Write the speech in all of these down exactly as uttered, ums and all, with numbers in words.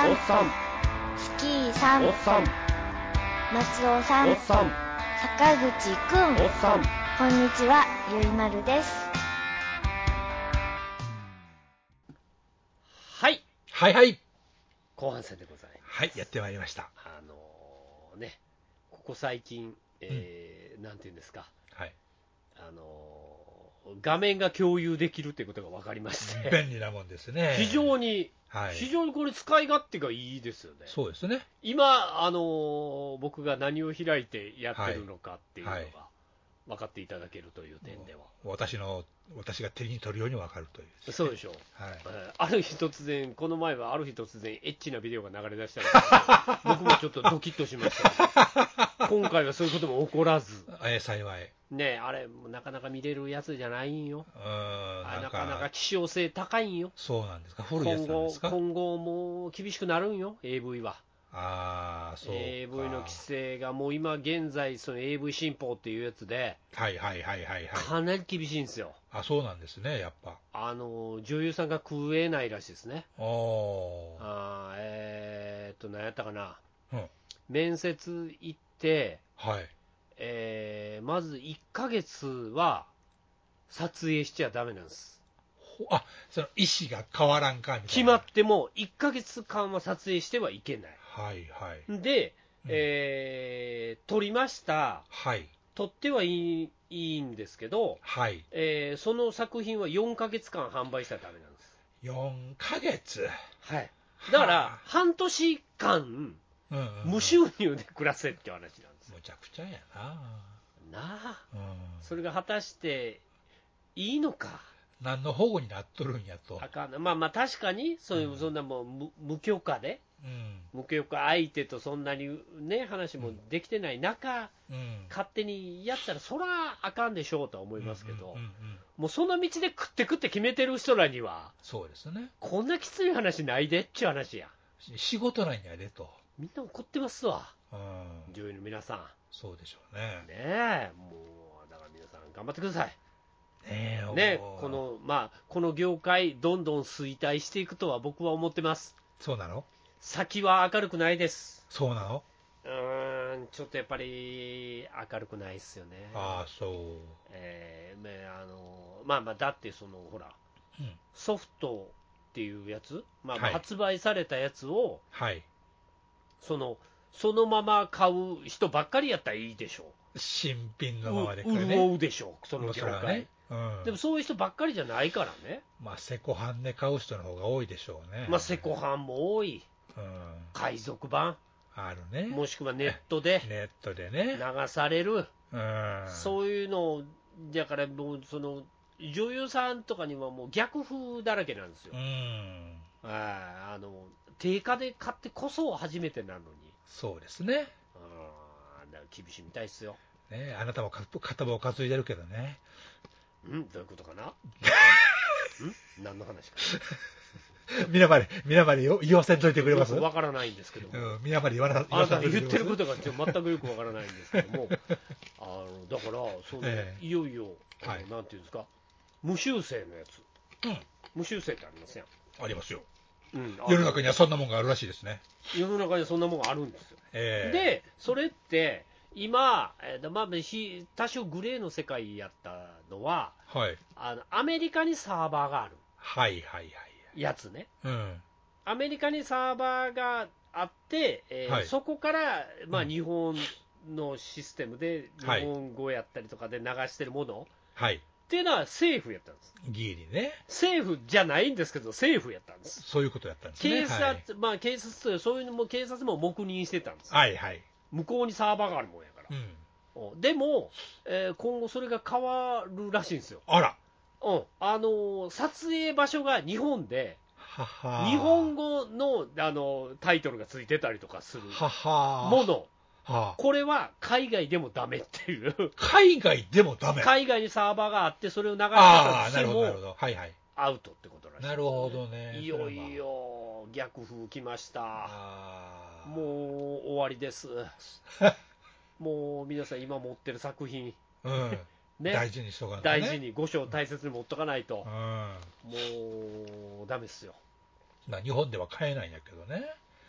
さん、 おっさん、 スキーさん、 おっさん、 松尾さん、 おっさん、 坂口くん、 おっさん。 こんにちは、ゆいまるです。 はい、 はいはい。 後半戦でございます。 はい、やってまいりました。 あのーね、ここ最近、えーなんていうんですか、 はい。 あのー画面が共有できるということが分かりまして、 便利なもんですね。 非常に、 はい。 非常にこれ使い勝手がいいですよね。 そうですね。 今、あのー僕が何を開いてやってるのかっていうのがはい分かっていただけるという点では。 私の、私が手に取るように分かるという、ね。 そうでしょう、 はい。 えーある日突然、この前はある日突然、エッチなビデオが流れ出したので、僕もちょっとドキッとしましたけど、今回はそういうことも起こらず、 えー、幸い。 ね、あれ、なかなか見れるやつじゃないんよ、 うーん、 あななんか、 かなか希少性高いんよ、 そうなんですか。古いやつ今後、 なんですか。 今後もう厳しくなるんよ、エーブイ は。 ああ、そうか。 エーブイ の規制がもう今現在、その エーブイ 新法っていうやつで、 はいはいはいはいはい。 かなり厳しいんですよ。 あ、そうなんですね、やっぱ。 あの女優さんが食えないらしいですね。 おー。 あーえー、っと、何やったかな、 うん。 面接行って、 はい。 えーまずいっかげつは撮影しちゃだめなんです。 ほあ、その意思が変わらんかみたいな。 決まってもいっかげつかんは撮影してはいけない。 はいはい。 で、 うんえー撮りました、 はい。 撮ってはいい、いいんですけど、 はい。 えーその作品はよんかげつかん販売したらダメなんです。 よんかげつ。 はい。だからはあ半年間うんうんうん、 無収入で暮らせって話なんです。 むちゃくちゃやな。 なあ、 うん。 それが果たしていいのか。 何の保護になっとるんやと。 あかんな、まあまあ確かにそういう、 うんそんなもう 無, 無許可で、 うん。 無許可相手とそんなにね話もできてない中、 うん。 勝手にやったらそらあかんでしょうとは思いますけど、 うんうんうんうん、 もうその道で食って食って決めてる人らにはそうですね。 こんなきつい話ないでっちゅう話や。 仕事なんやでと。 みんな怒ってますわ、 うん。 女優の皆さん。 そうでしょうね。 ねえ、もうだから皆さん頑張ってください。 ねえ、 ね、このまあこの業界どんどん衰退していくとは僕は思ってます。 そうなの？ 先は明るくないです。 そうなの？ うーん、ちょっとやっぱり明るくないですよね。 ああ、そう。 えーね、あのまあまあだってそのほら、 うん。 ソフトっていうやつ、まあ、まあはい発売されたやつをはい。 そのそのまま買う人ばっかりやったらいいでしょ新品う。 のままでうね。 潤うでしょう、その業それは界。 ね。うん。 でもそういう人ばっかりじゃないからね。 まあ、セコハンで買う人の方が多いでしょうね。 まあ、セコハンも多い、 うん。 海賊版、 あるね。 もしくはネットでネットでね。 流される、 うん。 そういうのを、だからもう、その女優さんとかにはもう逆風だらけなんですよ。 うん。 ああの定価で買ってこそ初めてなのに、 そうですね。 あだから厳しいみたいですよ。 ね、あなたもか片棒担いでるけどね。 んどういうことかなん何の話か皆まで、皆まで言わせんといてくれます？ よくわからないんですけども、 うん、皆まで言わなあなたが言ってるとことがちょっと全くよくわからないんですけどもあのだからその、 ええいよいよ、 はいなんていうんですか、無修正のやつ、 うん、 無修正ってありますやん、 ありますよ。 うん、 世の中にはそんなもんがあるらしいですね。 世の中にはそんなもんがあるんですよ、 ええ、 でそれって今、えーまあ、ひ多少グレーの世界やったのは、 はい、 あのアメリカにサーバーがあるはいはいはいやつね、 うん、 アメリカにサーバーがあって、えーはいそこから、まあ、 うん日本のシステムで日はい本語やったりとかで流してるものはい、 っていうのは政府やったんです。 ギリね。 政府じゃないんですけど、政府やったんです。 そういうことやったんですね。 警察、まあ警察、そういうのも警察も黙認してたんです。 はいはい。 向こうにサーバーがあるもんやから。 うん。 うんでも、えー今後それが変わるらしいんですよ。 あら。 うん、あのー撮影場所が日本で、 はは。 日本語の、あのータイトルがついてたりとかするはは。 もの、 はあ、 これは海外でもダメっていう、 海外でもダメ。 海外にサーバーがあって、それを流してたああ、 としてなるほど、なるほもど。はいはい。 アウトってことらしい。 なるほどね。 いよいよ逆風来ました。 あもう終わりです。もう皆さん今持ってる作品、 うん。 ね、 大事にしとかないと大ね。 事にご章大切に持っとかないと、 うん。 もうダメですよ。 まあ日本では買えないんやけどね。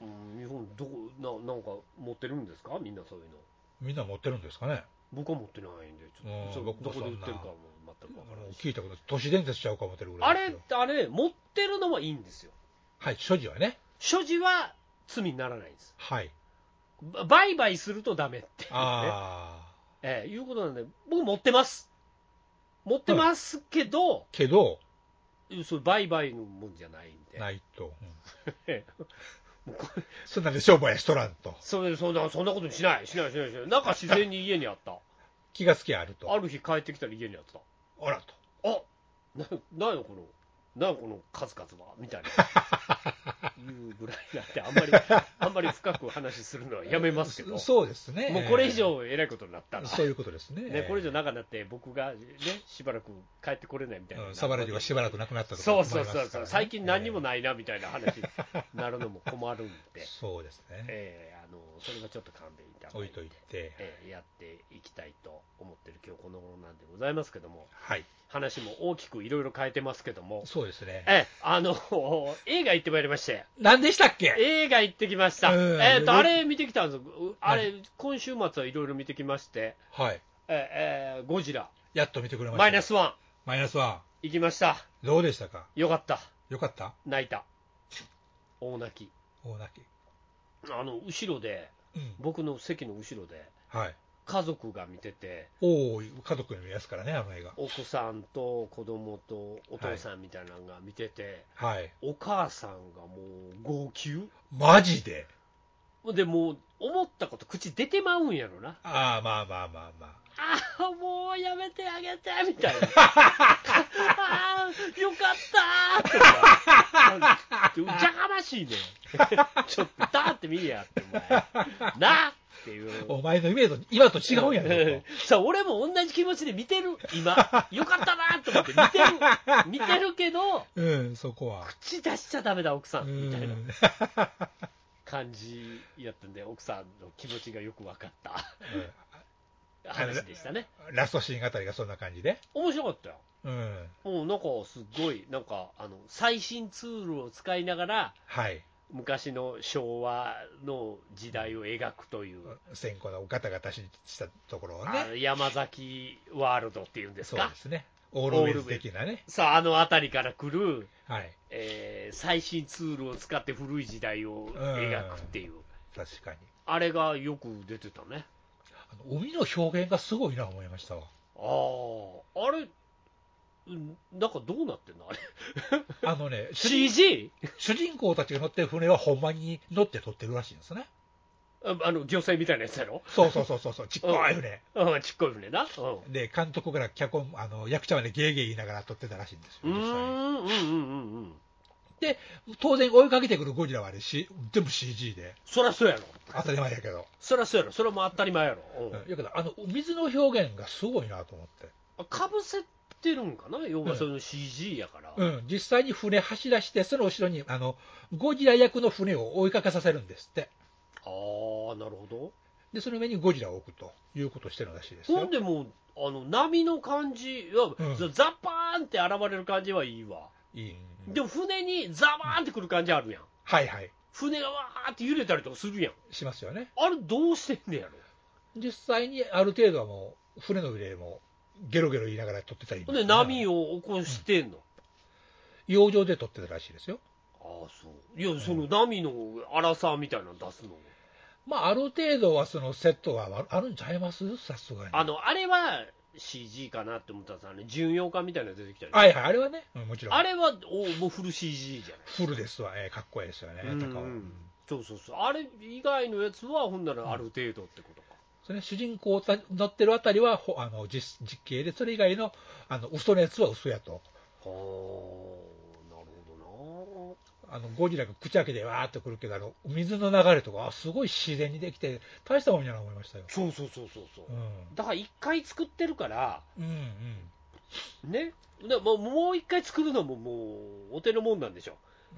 うん、日本どこな、なんか持ってるんですか、みんなそういうの。 みんな持ってるんですかね。 僕は持ってないんで、ちょっと、 うん、 どこで売ってるかも全く分からない。 聞いたこと、都市伝説ちゃうか思ってるぐらあいですよ。 れ、あれ、持ってるのはいいんですよ。 はい、所持はね。 所持は罪にならないんです。 はい。 売買するとダメっていうね。 ああ。 ええ、いうことなんで、僕持ってます。持ってますけど、 うん、けど、 そう売買のもんじゃないんで。 ないと。 うん、 そんなんで商売やしとらんと。 それそんな、そんなことしない、しない、しない、しない。なんか自然に家にあった。 気がつきあると。 ある日帰ってきたら家にあった。 あらと。 あ、な、なんよこの、なんこの数々はみたいな。いうぐらいなんで、あんまり、あんまり深く話するのはやめますけど。 そうですね。 もうこれ以上えらいことになったら。 そういうことですね。 ね、これ以上長くなって僕がね、しばらく帰ってこれないみたいな。うん、 サバレジがしばらくなくなったとか、 そうそうそうそう、最近何にもないなみたいな話になるのも困るんで。 そうですね。 えー、あの、それはちょっと勘弁いただいて。 置いといて。 えー、やっていきたいと思ってる今日この頃なんでございますけども。 はい。 話も大きくいろいろ変えてますけども。 そうですね。 え、あの、映画行ってまいりまして。 何でしたっけ？ 映画行ってきました。えっと、あれ見てきたんですよ。あれ、今週末はいろいろ見てきまして。 はい。 え、えー、ゴジラ。 やっと見てくれました。 マイナスワン。 マイナスワン。 行きました。 どうでしたか？ よかった。 よかった？ 泣いた。大泣き。 大泣き。 あの、後ろで、うん、僕の席の後ろで、 はい。 家族が見てて、 おお、家族の見やすからね、あの映画。 奥さんと子供とお父さんみたいなのが見てて、 はい、 お母さんがもう号泣。 マジで？ でもう思ったこと口出てまうんやろな。 ああ、まあまあまあまあ。 ああ、もうやめてあげてみたいな。ああ、よかったーとか。じゃがましいね。ちょっとだーって見りゃってお前。なっていう。 お前のイメージ今と違うんやろ。 さあ俺も同じ気持ちで見てる今。よかったなと思って見てる見てるけど。 うん、そこは。 口出しちゃダメだ奥さんみたいな。感じやったんで、奥さんの気持ちがよく分かった、うん、話でしたね。 ラストシーンあたりがそんな感じで面白かったよ。 うん、 もうなんかすごいなんかあの最新ツールを使いながら、 はい、 昔の昭和の時代を描くという線香のガタガタしたところをね、 山崎ワールドっていうんですか。 そうですね、オールウェイズ的なね。 さあ、あの辺りから来る、 はい、 えー、最新ツールを使って古い時代を描くっていう、 確かにあれがよく出てたね。 あの海の表現がすごいな思いましたわ。 ああ、あれなんかどうなってんのあれあのねシージー? 主人公たちが乗ってる船はほんまに乗って撮ってるらしいんですね。 あの漁船みたいなやつやろ。 そうそうそうそうちっこい船、 うんうん、ちっこい船な、 うん、で監督から脚本あの役者までゲーゲー言いながら撮ってたらしいんですよ。 うんうんうんうんうんで当然追いかけてくるゴジラはあれし全部 シージー で。 そりゃそうやろ、 当たり前やけど。 そりゃそうやろ、それも当たり前やろ、 うん、やけどあの水の表現がすごいなと思って。 かぶせてるんかな、要はその シージー やから、 うん、うん、実際に船走らして、その後ろにあのゴジラ役の船を追いかけさせるんですって。 ああ、なるほど。 でその上にゴジラを置くということをしてるらしいですよ。 ほんでもあの波の感じ、うん、ザパーンって現れる感じはいいわ。いい、うん、でも船にザバーンってくる感じあるやん、うん、 はいはい。 船がわーって揺れたりとかするやん。 しますよね。 あれどうしてんねやろ。 実際にある程度はもう船の上でもゲロゲロ言いながら撮ってたり、 ね、で波を起こしてんの、 うん、洋上で撮ってたらしいですよ。 ああ、そう。いや、その波の荒さみたいなの出すの、 まあある程度はそのセットはあるんちゃいます？さすがに。 あのあれは シージー かなって思ったらさ、ね、巡洋艦みたいなの出てきたり、 はいはい、あれはね、うん、もちろんあれはおもうフル シージー じゃない。 フルですわ、えー、かっこいいですよね、 うん、 高尾、うん、 そうそうそう、あれ以外のやつはほんならある程度ってことか、うん、 それ主人公乗ってるあたりはあの 実, 実景で、それ以外のあの嘘のやつは嘘やと。 はあ、なるほどな。 あのゴジラが口開けてわーっとくるけど、あの水の流れとかあすごい自然にできて大したもんやな思いましたよ。 そうそうそうそうそう、 うん、 だから一回作ってるから、 うんうん、 ね、でももう一回作るのももうお手のもんなんでしょ。うん、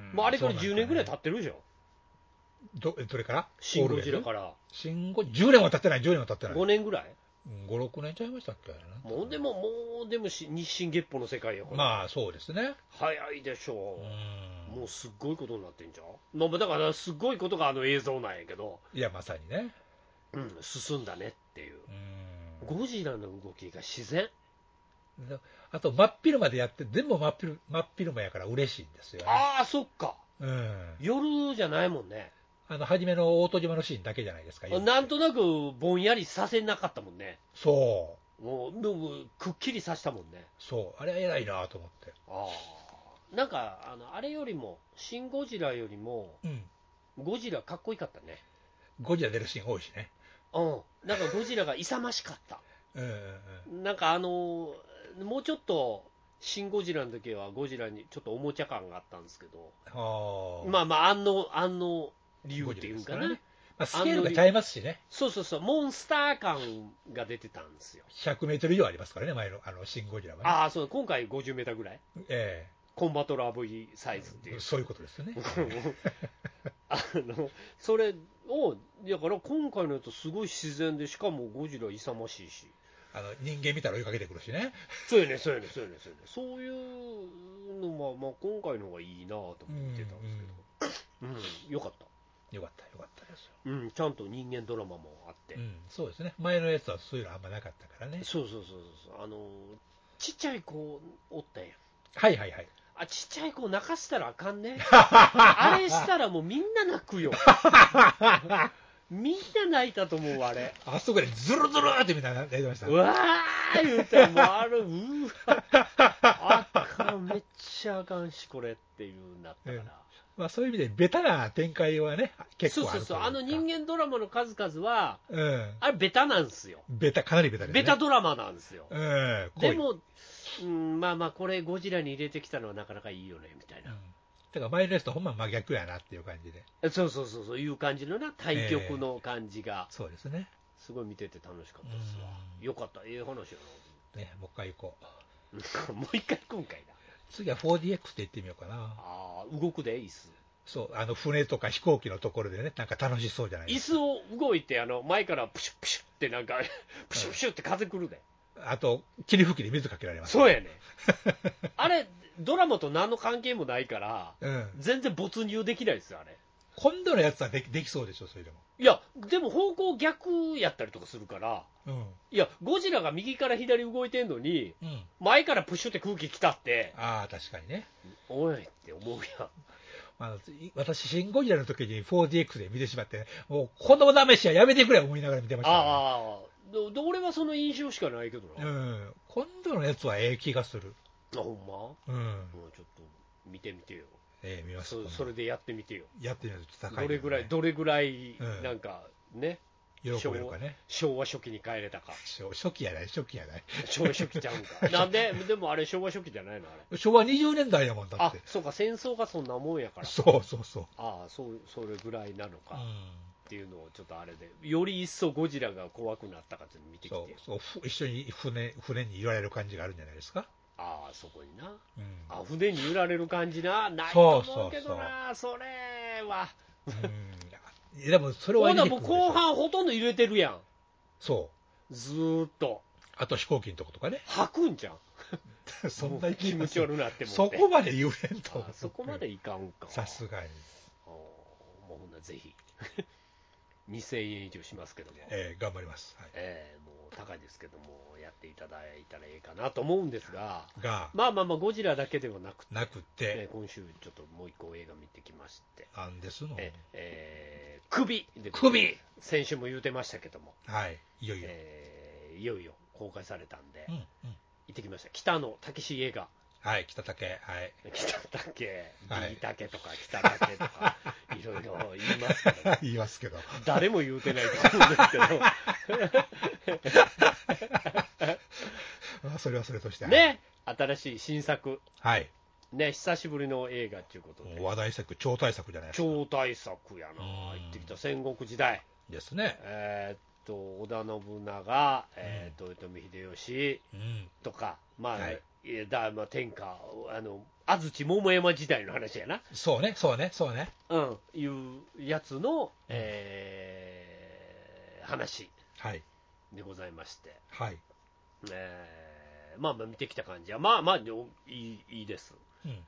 もうあれからじゅうねんぐらい経ってるじゃん。 ど, どれからシン・ゴジラからシンゴじゅうねんは経ってない、じゅうねんは経ってない、 ごねんぐらい、 ご、ろくねんちゃいましたっけ。 もうでももうでも日進月歩の世界やから、 まあそうですね、 早いでしょう。 もうすっごいことになってんじゃん。まあ、だからすっごいことがあの映像なんやけど、 いやまさにね、 うん、進んだねっていう。 うん、 ゴジラの動きが自然。 あと真っ昼間でやって全部真っ昼真っ昼間やから嬉しいんですよね。 ああ、そっか。 うん、 夜じゃないもんね。 あの初めの大戸島のシーンだけじゃないですか。 なんとなくぼんやりさせなかったもんね。 そうもう、でもくっきりさせたもんね。 そう、あれは偉いなと思って。 ああ。なんか、あの、あれよりも、シン・ゴジラよりも、 うん、 ゴジラかっこよかったね。 ゴジラ出るシーン多いしね。 うん。なんかゴジラが勇ましかった。 うんうんうん、 なんかあの、もうちょっと、シン・ゴジラの時はゴジラにちょっとおもちゃ感があったんですけど、 あまあまあ、あの、あの理由っていうんかな。 ね、まあ、スケールがちゃいますしね。 そうそうそう、モンスター感が出てたんですよ。 ひゃくメートル以上ありますからね、前のあのシン・ゴジラは、ね。 ああ、そう、今回ごじゅうメーターぐらい、 えコンバトラー V サイズっていう。 そういうことですよね。 あのそれを、だから今回のやつすごい自然で、しかもゴジラ勇ましいし。 あの人間見たら追いかけてくるしね。 そうやね、そうやね、そうやね、そうやね。そういうのは、まあ、今回の方がいいなと思ってたんですけど、うん、うん、よかった。 よかった、よかったですよ。 うん、ちゃんと人間ドラマもあって、 うん、そうですね。前のやつはそういうのあんまなかったからね。 そうそうそうそう、あのちっちゃい子おったやん。 はいはいはい。 あ、ちっちゃい子泣かしたらあかんね。あれしたらもうみんな泣くよ。みんな泣いたと思う、あれ。 あそこでズルズルってみんな泣いてました。 うわー言うて、もうあれ、うわ、あかん、めっちゃあかんし、これっていうなったから。 うん、まあ、そういう意味で、ベタな展開はね、結構あるというか。 そうそうそう、あの人間ドラマの数々は、 うん、 あれ、ベタなんですよ。 ベタ、かなりベタですね。 ベタドラマなんですよ。 うん、 でも、うん、まあまあ、これ、ゴジラに入れてきたのはなかなかいいよね、みたいな。うん、 だから前のやつとほんま真逆やなっていう感じで。 そうそうそう、そういう感じのな、対局の感じが、 えー、そうですね。 すごい見てて楽しかったですわ。よかった、ええ話やな。ね、もう一回行こう。もう一回今回だ。 次は フォーディーエックス で行ってみようかな。 ああ、動くで、椅子。 そう、あの船とか飛行機のところでね、なんか楽しそうじゃないですか。 椅子を動いて、あの前からプシュップシュッってなんか、プシュップシュッって風来るで。 あと、霧吹きで水かけられます。 そうやね。あれ、ドラマと何の関係もないから、うん、全然没入できないですよ、あれ。 今度のやつはでき、できそうでしょ、それでも。 いや、でも方向逆やったりとかするから、うん、いや、ゴジラが右から左動いてんのに、うん、前からプッシュって空気来たって、 ああ、確かにね。 おいって思うやん。 あの私、シン・ゴジラの時に フォーディーエックス で見てしまって、もう、この試しはやめてくれ思いながら見てました、ね。 ああ、で俺はその印象しかないけどな。 うん、今度のやつはええ気がする。 あ、ほんま？うん。もうちょっと見てみてよ。 ええ、見ます。 そ, それでやってみてよ。 やってみると高い、 ね。どれぐらい、どれぐらい、なんか、うん、ね。 喜べるかね。 昭和初期に帰れたか。 初期やない、初期やない。 昭和初期ちゃうんか。なんで、でもあれ昭和初期じゃないのあれ。 昭和にじゅうねんだいやもんだって。 あ、そうか、戦争がそんなもんやから。 そうそうそう。 ああ、そう、それぐらいなのか。うん、っていうのをちょっとあれで、より一層ゴジラが怖くなったかっていうのを見てきて。 そうそう、一緒に船、船に揺られる感じがあるんじゃないですか。 ああ、そこにな。うん、あ、船に揺られる感じな。ないと思うけどな、それは。 うん。でも、それはほな、もう後半ほとんど揺れてるやん。 そう。 ずーっと。 あと飛行機のとことかね。 吐くんじゃん。 そんな気持ち悪くなってもそこまで揺れんと。 そこまでいかんか。 さすがに。 もうほんなぜひ。にせんえん以上しますけども。 えー、頑張ります。はい、 えー、もう高いですけども、やっていただいたらいいかなと思うんですが、 がまあまあまあ、ゴジラだけではなくて、 なくて、 ね、今週ちょっともう一個映画見てきまして。 なんですの。 えー、えー、首で首先週も言うてましたけども。 はい。いよいよ。 えー、いよいよ公開されたんで、うんうん、行ってきました。北野武映画。 はい、北竹、はい。 北竹、B 竹とか北竹とか、いろいろ言いますけど。 言いますけど。 誰も言うてないと思うんですけど。それはそれとして。 ね、新しい新作。 はい。 ね、久しぶりの映画ということで。 話題作、超大作じゃないですか。 超大作やな。行ってきた戦国時代。 ですね。 えー、っと、織田信長、えー、豊臣秀吉とか、うん、まあ、はい、だまあ、天下、あの、安土桃山時代の話やな。 そうね、そうね、そうね。 うん、いうやつの、えー、話でございまして。 はい。 えー、まあまあ見てきた感じは、まあまあいい、いいです。 うんうん、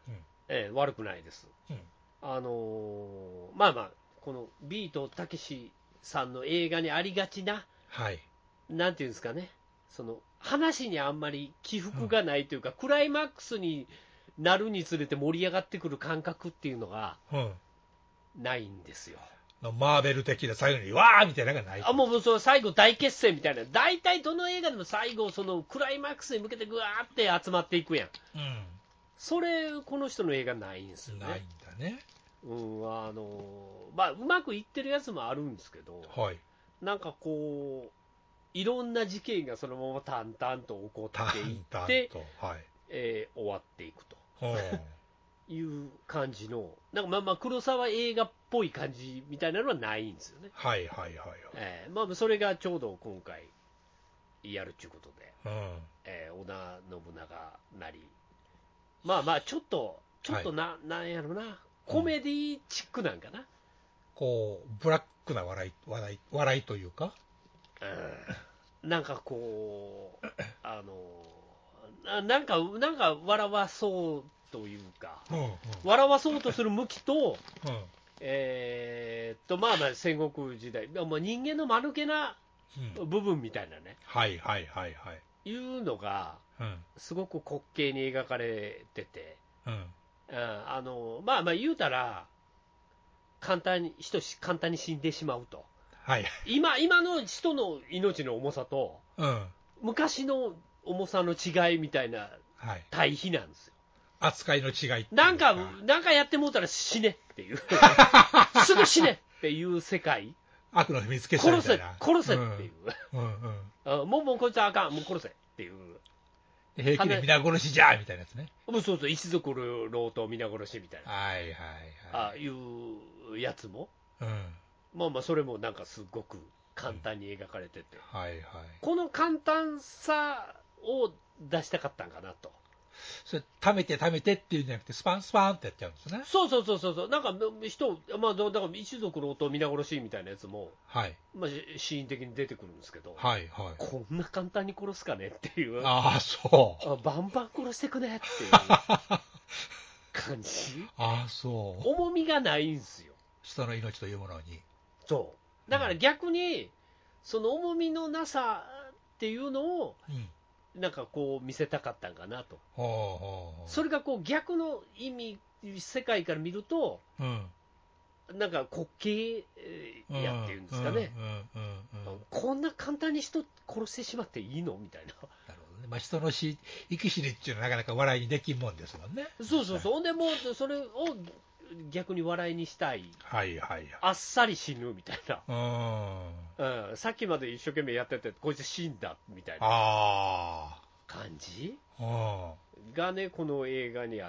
えー悪くないです。 うんあのーまあまあ、このビートたけしさんの映画にありがちな、 はい。 なんていうんですかね、その話にあんまり起伏がないというか、クライマックスになるにつれて盛り上がってくる感覚っていうのがうん。 ないんですよ。 のマーベル的な最後に、わーみたいなのがない。 あもうもうその最後、大決戦みたいな、大体どの映画でも最後、そのクライマックスに向けてぐわーって集まっていくやん、 うそれ、この人の映画ないんですよん。ないんね。 だね。 うんあのまあ、うまくいってるやつもあるんですけど、 はい。 なんかこう、いろんな事件がそのまま淡々と起こ淡っていっ 々 て、 と。はい。 えー終わっていくとうん。 いう感じの、なんかまあまあ黒沢映画っぽい感じみたいなのはないんですよね。 はいはいはいはい。 えーまあ、それがちょうど今回やるということで、 うん。 えー織田信長なり、まあまあちょっと、ちょっとな、なんやろな、コメディチックなんかな。 こう、ブラックな笑い、笑い、笑いというか。 うんなんかこう、あのななんか、なんか笑わそうというか、 うんうん。 笑わそうとする向きと、 うん。 えーっと、まあまあ戦国時代、まあ、人間の間抜けなうん。 部分みたいなね、 はいはいはいはい。 いうのが、 うん。 すごく滑稽に描かれてて、 うん。 うんあのまあまあ言うたら、簡単に人し簡単に死んでしまうと、 はい。 今今の人の命の重さと、 うん。 昔の重さの違いみたいなはい。 対比なんですよ。 扱いの違いっていうなんか、なんかやってもうたら死ねっていう、すぐ死ねっていう世界、 悪の秘密結社み殺せたいな。、 殺せっていう、 うん。うんうん。 あもうもうこいつはあかん、もう殺せっていう、 で平気で皆殺しじゃーみたいなやつね。 もうそうそう、一族老頭皆殺しみたいな、 はいはいあはい。 いうやつも、 うん。 まあまあ、それもなんかすごく簡単に描かれてて、 はいはい。 この簡単さを出したかったんかなと。 それ、貯めて貯めてっていうんじゃなくて、スパンスパンってやっちゃうんですね。 そうそうそうそうそう、なんか人、まあ、だから一族老頭皆殺しみたいなやつも、 はい。 まあ、シーン的に出てくるんですけど、 はいはい。 こんな簡単に殺すかねっていう、 ああ、そう。 あバンバン殺してくねっていう感じ、 ああ、そう。 重みがないんですよ。 人の命というものに。 そうだから逆に、その重みのなさっていうのを、 うん。 なんかこう見せたかったんかなと。 ほうほうほう。 それがこう逆の意味、世界から見ると、 うん。 なんか滑稽やっていうんですかね、 うんうんうんうんうん。 こんな簡単に人殺してしまっていいのみたいな、 なるほどね。まあ、人の死、生き死にっていうのはなかなか笑いにできんもんですもんね。 そうそうそう、ほんでもうそれを逆に笑いにしたい、 はいはいはい。 あっさり死ぬみたいな、 うーん。 うん、さっきまで一生懸命やってて、こいつ死んだみたいなあ感じあ。うん。 がね、この映画にあって、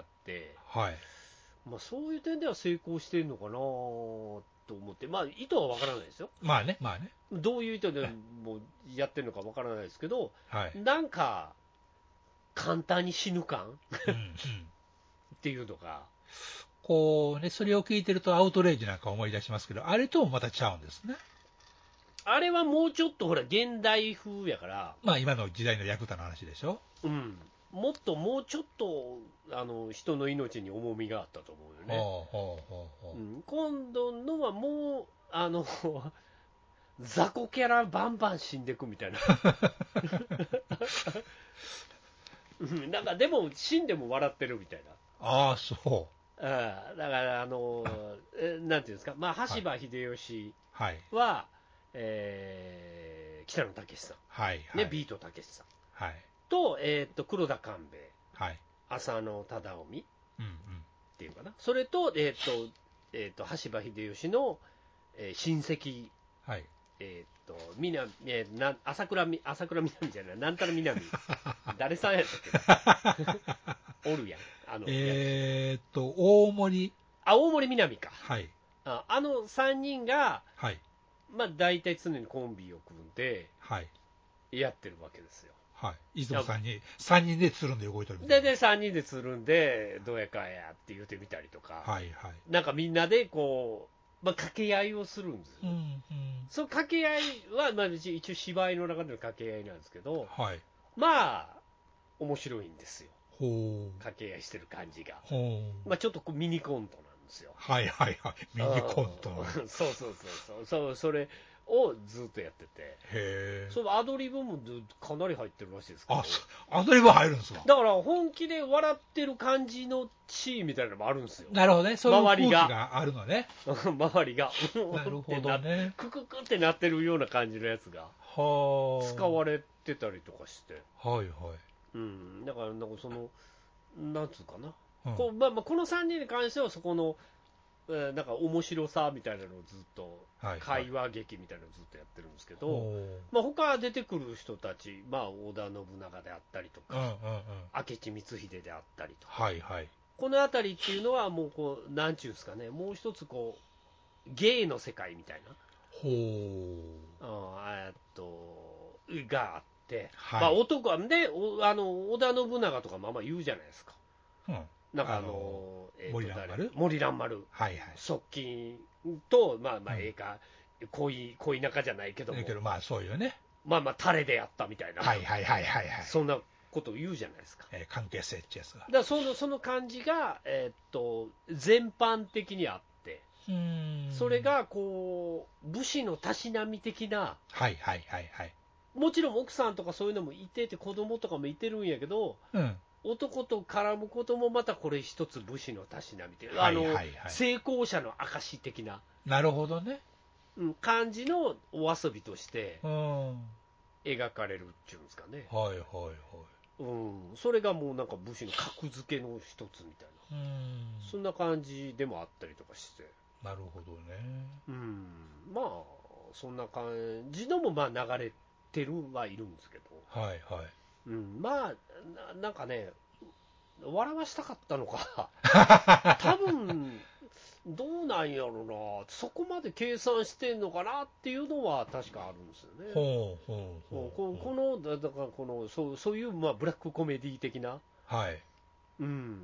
はい。 まあ、そういう点では成功してるのかなと思って、まあ、意図はわからないですよ。 まあね、まあね。 どういう意図でもうやってるのかわからないですけど、 はい。 なんか、簡単に死ぬ感うんうん。 っていうのが、 こうね、それを聞いてるとアウトレイジなんか思い出しますけど、あれともまたちゃうんですね。 あれはもうちょっとほら、現代風やから、 まあ今の時代のヤクザの話でしょ。 うん、もっともうちょっとあの人の命に重みがあったと思うよね。 ほうほうほうほう。 うん、今度のはもう、あの、雑魚キャラバンバン死んでくみたいな。うんなんかでも死んでも笑ってるみたいな。 ああ、そうんだからあのえなんていうんですか、まあ羽柴秀吉う。はい。 は、えー北野武さん、 はい。はね、 い。 ビートたけしさんはい。 と、えーっと黒田官兵衛、 はい。 浅野忠臣っうんうん。 ていうかな、それと、えーっと、えーっと羽柴秀吉の、えー親戚、 はい。 えーっと南、えーな朝倉み朝倉南じゃない、なんたら南、誰さんやったっけ、おるやん、あの、 えーっと、大森。 あ大森南か、 はい。 ああのさんにんが、 はい。 まあ、大体常にコンビを組んではい。 やってるわけですよ。 はい。いつもさんにん、さんにんでつるんで動いてるみたいな。 ででさんにんでつるんでどうやかんやって言ってみたりとか、 はいはい。 なんかみんなでこう、まあ、掛け合いをするんですよ、 うんうん。 その掛け合いは、まあ、一応芝居の中での掛け合いなんですけど、 はい。 まあ面白いんですよ。 ほう。 掛け合いしてる感じが、 ほう。 まあ、ちょっとこうミニコントなんですよ。 はいはいはい。ミニコント。 うんそうそうそうそうそう、それをずっとやってて、 へえ。 そのアドリブもかなり入ってるらしいですけど、 あ、そアドリブ入るんですわ。 だから本気で笑ってる感じのシーンみたいなのもあるんですよ。 なるほどね。そういう空気周りががあるのね。 周りが、 なるほどね。 クククってなってるような感じのやつがはあ。 使われてたりとかして、 はいはい。 うん、だからなんかその、なんつうかな、 うんこうまあまあ、このさんにんに関しては、そこの、えーなんか面白さみたいなのをずっと、 はいはい会話劇みたいなのをずっとやってるんですけど、 ほう。 まあ、他出てくる人たち、まあ、織田信長であったりとか、 うんうんうん。 明智光秀であったりとか、 はいはい。 この辺りっていうのは、もうこう、なんちゅうんですかね、もう一つこう、芸の世界みたいな。 ほう。 あえっとがあって、 はいまあ、男はでおあの織田信長とかまあまあ言うじゃないですか、 うん。 なんかああのの、えーと森蘭丸誰森蘭丸、 はいはい。 側近と、まあまあ、 うんええか、恋恋仲じゃないけども、 だけどまあそういうね。 まあまあ、タレでやったみたいな、 はいはいはいはいはい。 そんなことを言うじゃないですか。 えー関係性ってやつが。 だからそのその感じが、えーっと全般的にあって、 うーん。 それがこう武士のたしなみ的な、 はいはいはいはい。 もちろん奥さんとかそういうのもいてて、子供とかもいてるんやけど、 うん。 男と絡むこともまたこれ一つ武士のたしなみで、 はいはいはいあの成功者の証的な、 なるほどね。 うん、感じのお遊びとしてうん。はい描かれるっていうんですかね、 はいはい。 うん、それがもうなんか武士の格付けの一つみたいな、 うーん。 そんな感じでもあったりとかして、 なるほどね。 うん、まあそんな感じのもまあ流れてるはいるんですけど、 はいはい。 うん、まあな、なんかね、笑わしたかったのか、多分どうなんやろな、そこまで計算してんのかなっていうのは確かあるんですよね。 ほうほうこほう。 このだだからこのそうそういう、まあ、ブラックコメディ的な、 はい。 うん、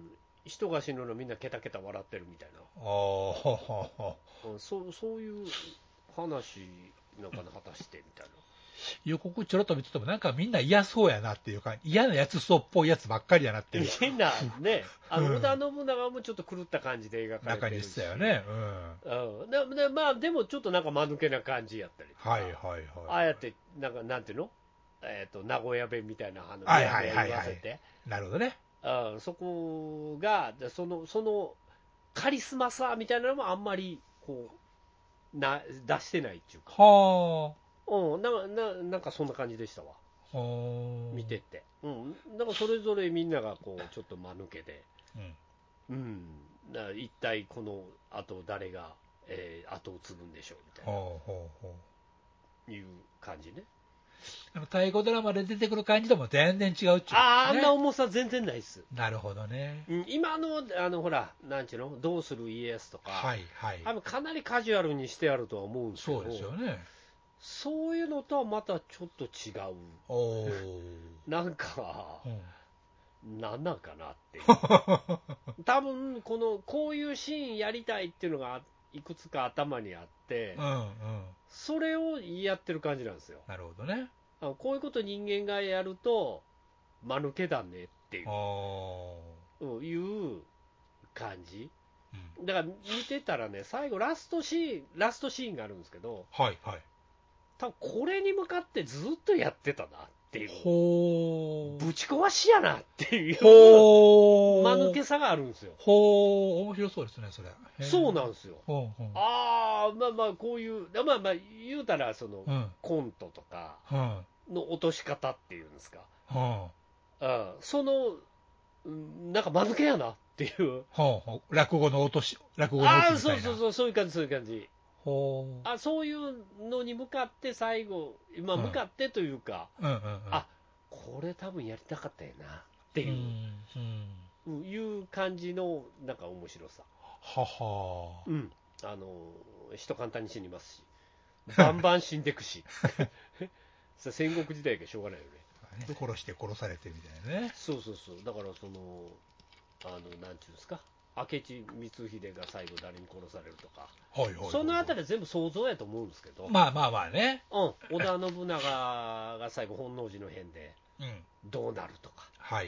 人が死ぬのみんなケタケタ笑ってるみたいああ、ほほほ。 な、うん、そうそういう話なんかな、果たしてみたいな。 予告ちょろっと見ててもなんかみんな嫌そうやなっていうか、嫌なやつそうっぽいやつばっかりやなっていう。 みんなね、あのうん織田信長もちょっと狂った感じで描かれてるし、 中にしたよね。うん。 うん、ででまあ、でもちょっとなんか間抜けな感じやったりとか、 はいはいはい。 ああやってなんかなんていうの、えー、と名古屋弁みたいなあのはいはいはいはい言わせて、 なるほどね。 うん、そこがでそのそのカリスマさみたいなのもあんまりこうな出してないっていうか、 はうん、なななんかそんな感じでしたわ、 あ。はあ。 見てて、うん、だからそれぞれみんながこうちょっと間抜けで、 うん。 うん、な一体この後誰が、えー後を継ぐんでしょうみたいほうほうほう。 ないう感じね。 あの、大河ドラマで出てくる感じとも全然違うっちゅう、ね。 ああ、あんな重さ全然ないっす。 なるほどね。 うん、今の、あの、ほら、なんちゅうの、どうする家康とか、 はいはい。 あのかなりカジュアルにしてあるとは思うんですけど、 そうですよね。 そういうのとはまたちょっと違う。 おー。 なんか、 うん、 なんなんかなっていう。多分、この、こういうシーンやりたいっていうのがいくつか頭にあって、 うんうん。 それをやってる感じなんですよ。 なるほどね。 あのこういうこと人間がやると、間抜けだねっていう、 あうんいう感じ。 うん、 だから見てたらね、最後ラストシーン、ラストシーンがあるんですけど、 はいはい。 多分これに向かってずっとやってたなっていう、 ほー。 ぶち壊しやなっていうほー。 間抜けさがあるんですよ。 ほー。面白そうですね、それ。 そうなんんですよ。 ほうほう。 ああ、まあまあ、こういう、まあまあ、言うたら、その、 うん。 コントとかうん。 の落とし方っていうんですか、 はうん、その、うんなんか間抜けやなっていう。 あ、はあ、落語の落とし、落語のああ、 落ちみたいな。 そうそうそう、そういう感じ、そういう感じ。 ほう。 あそういうのに向かって最後、まあ、向かってというか、 うんうんうん。 あこれ多分やりたかったよなっていう、 うんうん。 うんいう感じのなんか面白さ。 ははうん、あの人簡単に死にますし、バンバン死んでくし、さ戦国時代がしょうがないよね。 ね、殺して殺されてみたいなね。 そうそうそう、だからその、あのなんていうんですか、明智光秀が最後誰に殺されるとか、 はいはいはいはい、 そのあたりは全部想像やと思うんですけど、 まあまあまあね。 うん、織田信長が最後、本能寺の変でうん。 どうなるとか、 はい。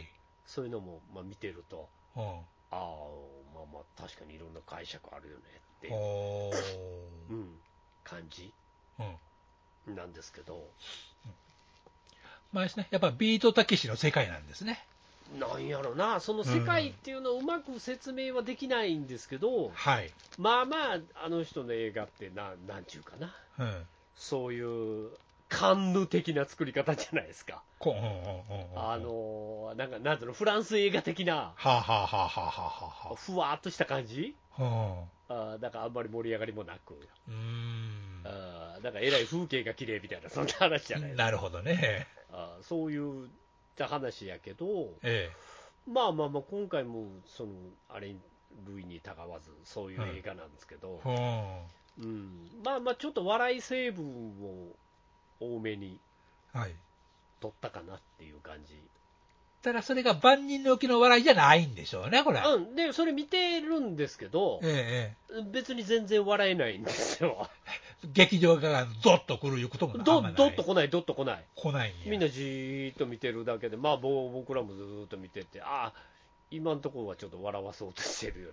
そういうのも、まあ、見てると、 うん、 ああ、まあまあ、確かにいろんな解釈あるよねっていう、 おー、 うん、感じうん、 なんですけど、 まあですね、やっぱビートたけしの世界なんですね。 なんやろな、その世界っていうのをうまく説明はできないんですけど、 はい。 まあまあ、あの人の映画ってな、なんちゅうかな、 うん。 そういうカンヌ的な作り方じゃないですか。 こうんうんうんうんうん。 あのーなんか、なんていうの、フランス映画的な、 はあ、はあはあはあはあはふわっとした感じ、 あ。はあ。 あーなんかあんまり盛り上がりもなく、 うーん。 あーなんかえらい風景が綺麗みたいな、そんな話じゃないですか。 なるほどね。 あーそういう話やけど、 えまあまあまあ、今回も、その、あれ、類にたがわず、そういう映画なんですけど、 え。はうん、まあまあ、ちょっと笑い成分を多めにあ。はい。 取ったかなっていう感じ。 ただそれが万人の受けの笑いじゃないんでしょうね、これ。 うん、で、それ見てるんですけど、 え別に全然笑えないんですよ。 え。劇場がドッと来るいうこともあんどまない。 どっと来ない、どっと来ない。 来ないんや。 みんなじーっと見てるだけで、まあぼ僕らもずーっと見てて、ああ、今のところはちょっと笑わそうとしてるよね、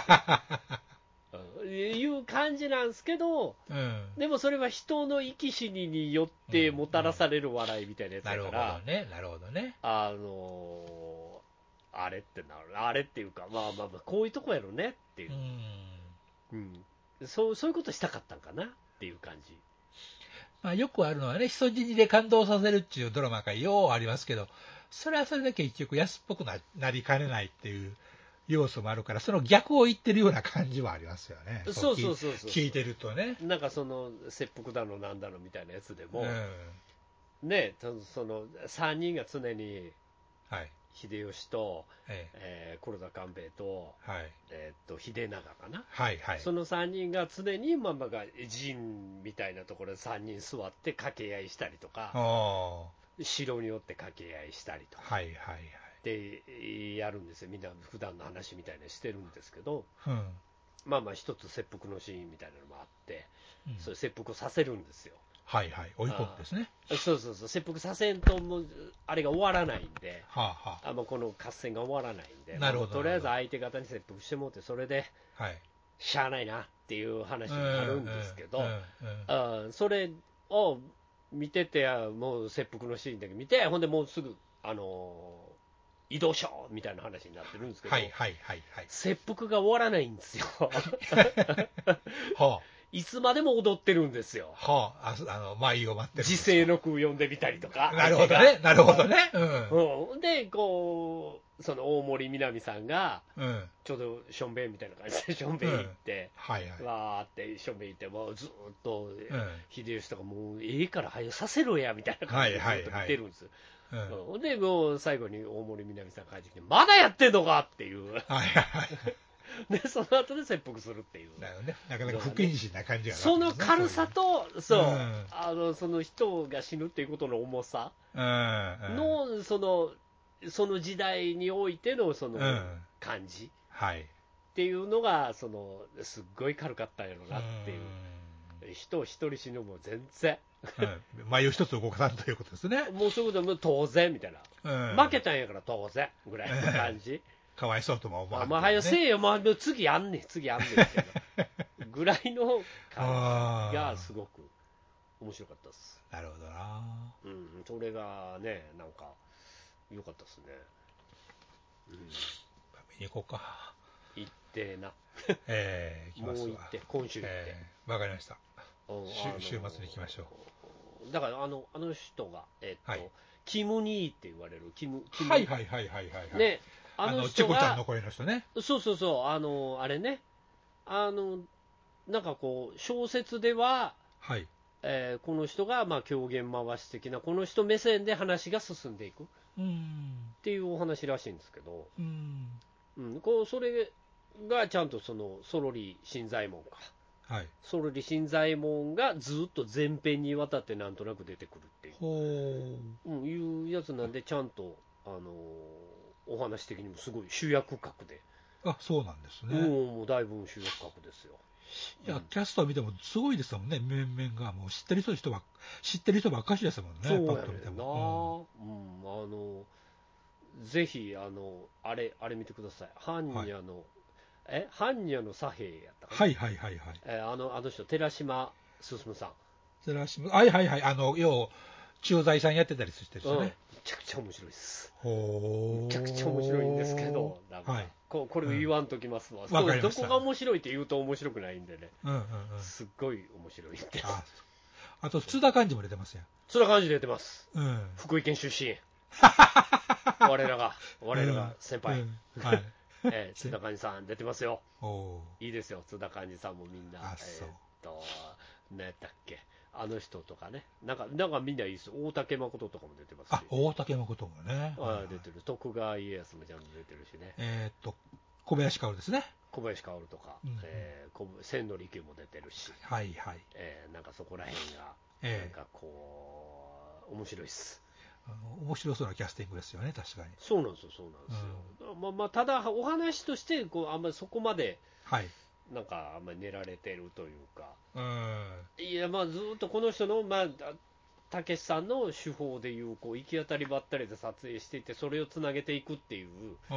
うん、いう感じなんですけど、 うん。 でもそれは人の生き死にによってもたらされる笑いみたいなやつなるほどだから、 ね、なるほどね。 あのーあれってなる、あれっていうか、まあまあまあ、こういうとこやろねっていうう、 ん。 うん、そうそういうことしたかったんかなっていう感じ。 まあ、よくあるのはね、人死にで感動させるっていうドラマがようありますけど、それはそれだけ結局安っぽく な, なりかねないっていう要素もあるから、その逆を言ってるような感じはありますよね。 そうそうそうそう。 聞いてるとね。 なんかその切腹だのなんだのみたいなやつでも、 うん、 ね、そのさんにんが常にはい。 秀吉と、 えええー黒田官兵衛と、 はい。 えーっと秀長かな、 はいはい。 そのさんにんが常にママが陣みたいなところでさんにん座って掛け合いしたりとか、 お城によって掛け合いしたりとかはいはいはい。 でやるんですよ。みんな普段の話みたいなしてるんですけど、 うん。 まあまあ一つ切腹のシーンみたいなのもあって、 うん、 それ切腹させるんですよ。 はいはい。追い込むんですね。 そうそうそう、切腹させんともうあれが終わらないんで、 はあはあまあ、この合戦が終わらないんで、 なるほどまあとりあえず相手方に切腹してもうて、それであ。はい。 しゃあないなっていう話になるんですけど、 うんうんうんあそれを見てて、もう切腹のシーンだけ見て、ほんでもうすぐ、あのー移動しようみたいな話になってるんですけど、 はいはいはいはい。 切腹が終わらないんですよ。 はあ。 いつまでも踊ってるんですよ。 はあ、ああの、舞を待ってるんですか。 時世の句読んでみたりとか。 なるほどね、なるほどね。うん。 うん、で、こう、その大森みなみさんが、 うん。 ちょうどしょんべんみたいな感じでしょんべん行って、 はいはい。 わーってしょんべん行って、もうずっと、 うん。 秀吉とかもうええから早くさせろやみたいな感じでずっと見てるんです。 うん。 うん、で、もう最後に大森みなみさん帰ってきて、まだやってんのかっていう。 はいはい。 で、その後で切腹するっていう。 なるほどね。なかなか不謹慎な感じが、ね、 その軽さと、そう、 うん、 あの、その人が死ぬっていうことの重さの、 の、その、その時代においてのその感じ、 うん、はい。 っていうのが、その、すっごい軽かったんやろなっていう。うん、人一人死ぬも全然。 うん、眉一つ動かさんということですね。 もうそういうことも当然みたいな、うん。負けたんやから当然ぐらいの感じ。 かわいそうとも思わん、ね。 まあ、はよせえよ、まあ、次やんねん、次やんねんみたいなぐらいの感じがすごく面白かったです。 なるほどな。 うん、それがね、なんか良かったですね。うん、見に行こうか。 行ってな。 えー、行きますわ。 もう行って、今週行って。 わ、えー、かりました。 あの週末に行きましょう。だからあの、あの人が、えー、っと、はい、キム・ニーって言われる、キム、キムはいはいはいはいはい、はい。 ね、 あのチコちゃんの声の人ね。 そうそうそう、あの、あれね、あの、なんかこう、小説では、 はい、 えー、この人が、まあ、狂言回し的な、この人目線で話が進んでいくっていうお話らしいんですけど、 うん、 うん、こうそれがちゃんとそのソロリ新左衛門か、 はい、 ソロリ新左衛門がずっと前編にわたってなんとなく出てくるっていう、 ほう、うん、いうやつなんで、ちゃんと、あのー、お話的にもすごい主役格で。 あ、そうなんですね。 もうだいぶ主役格ですよ。 いや、うん、キャストを見てもすごいですもんね、面々が。もう知ってる人ば知ってる人ばっかしですもんね、 そうやねんな、 パッと見ても。 うん、うん、あのぜひあのあれあれ見てください。般若の、はい、え般若の左兵やったかな。 はいはいはいはい。 えー、あのあの人寺島進さん。 寺島はいはいはい、あの要駐在さんやってたりしてる人ね、うん。めちゃくちゃ面白いです。 ほめちゃくちゃ面白いんですけど、なんか、はい、こ, これ言わんときますわ、うん、そうどこが面白いって言うと面白くないんでね、うんうんうん、すっごい面白いんです。 あ, あと津田寛治も出てますよ。 津田寛治出てます、うん、福井県出身我らが我らが先輩、うんうん、はいえー、津田寛治さん出てますよ。いいですよ、津田寛治さんもみんな。あ、えー、っと何やったっけ、あの人とかね、なんかなんかみんないいです。大竹誠とかも出てますし。 あ、大竹誠もね。 あ、はいはい、出てる。徳川家康もちゃんと出てるしね。 えー、っと小林薫ですね。 小林薫とか、うん、えー、千利休も出てるし。 はいはい。 えー、なんかそこら辺が、えー、なんかこう面白いです。 あの面白そうなキャスティングですよね、確かに。 そうなんですよ、そうなんですよ。うん、まあまあ、ただお話としてこうあんまりそこまで。はい。なんかあんまり練られてるというか、うん、いやまあずっとこの人のまあたけしさんの手法でいうこう行き当たりばったりで撮影していてそれをつなげていくっていう、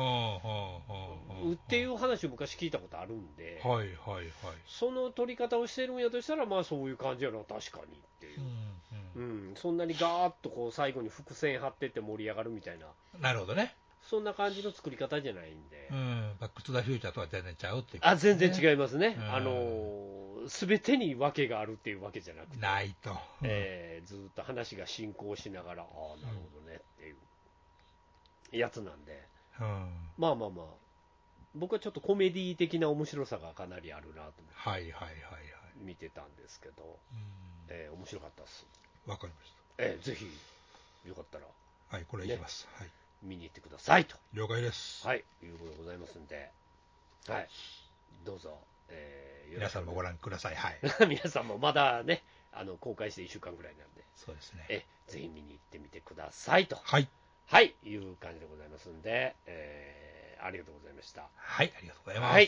っていう話を昔聞いたことあるんで、はいはいはい、その撮り方をしてるんやとしたらまあそういう感じやな確かにっていう、うんうんうん、そんなにガーッとこう最後に伏線張ってって盛り上がるみたいな。 なるほどね。 そんな感じの作り方じゃないんで、 うん、バック・トゥ・ザ・フューチャーとは全然ちゃうっていう、ね、 あ全然違いますね、あの全てに訳があるっていうわけじゃなくて、 ないと、うんえー、ずっと話が進行しながら、ああ、なるほどねっていうやつなんで、うん、まあまあまあ、僕はちょっとコメディ的な面白さがかなりあるなと思って、はいはいはいはい、見てたんですけど、うんえー、面白かったです。 わかりました。 えー、ぜひよかったら、 はい、これいきます。ねはい見に行ってくださいと。 了解です。 はい、いうことでございますんで、はい、どうぞ、えー、 皆さんもご覧ください。はい。 皆さんもまだね、あの公開していっしゅうかんぐらいなんで、 そうですね。 えぜひ見に行ってみてくださいと。 はい。 はい、いう感じでございますんで、えー、ありがとうございました。 はい、ありがとうございます。はい。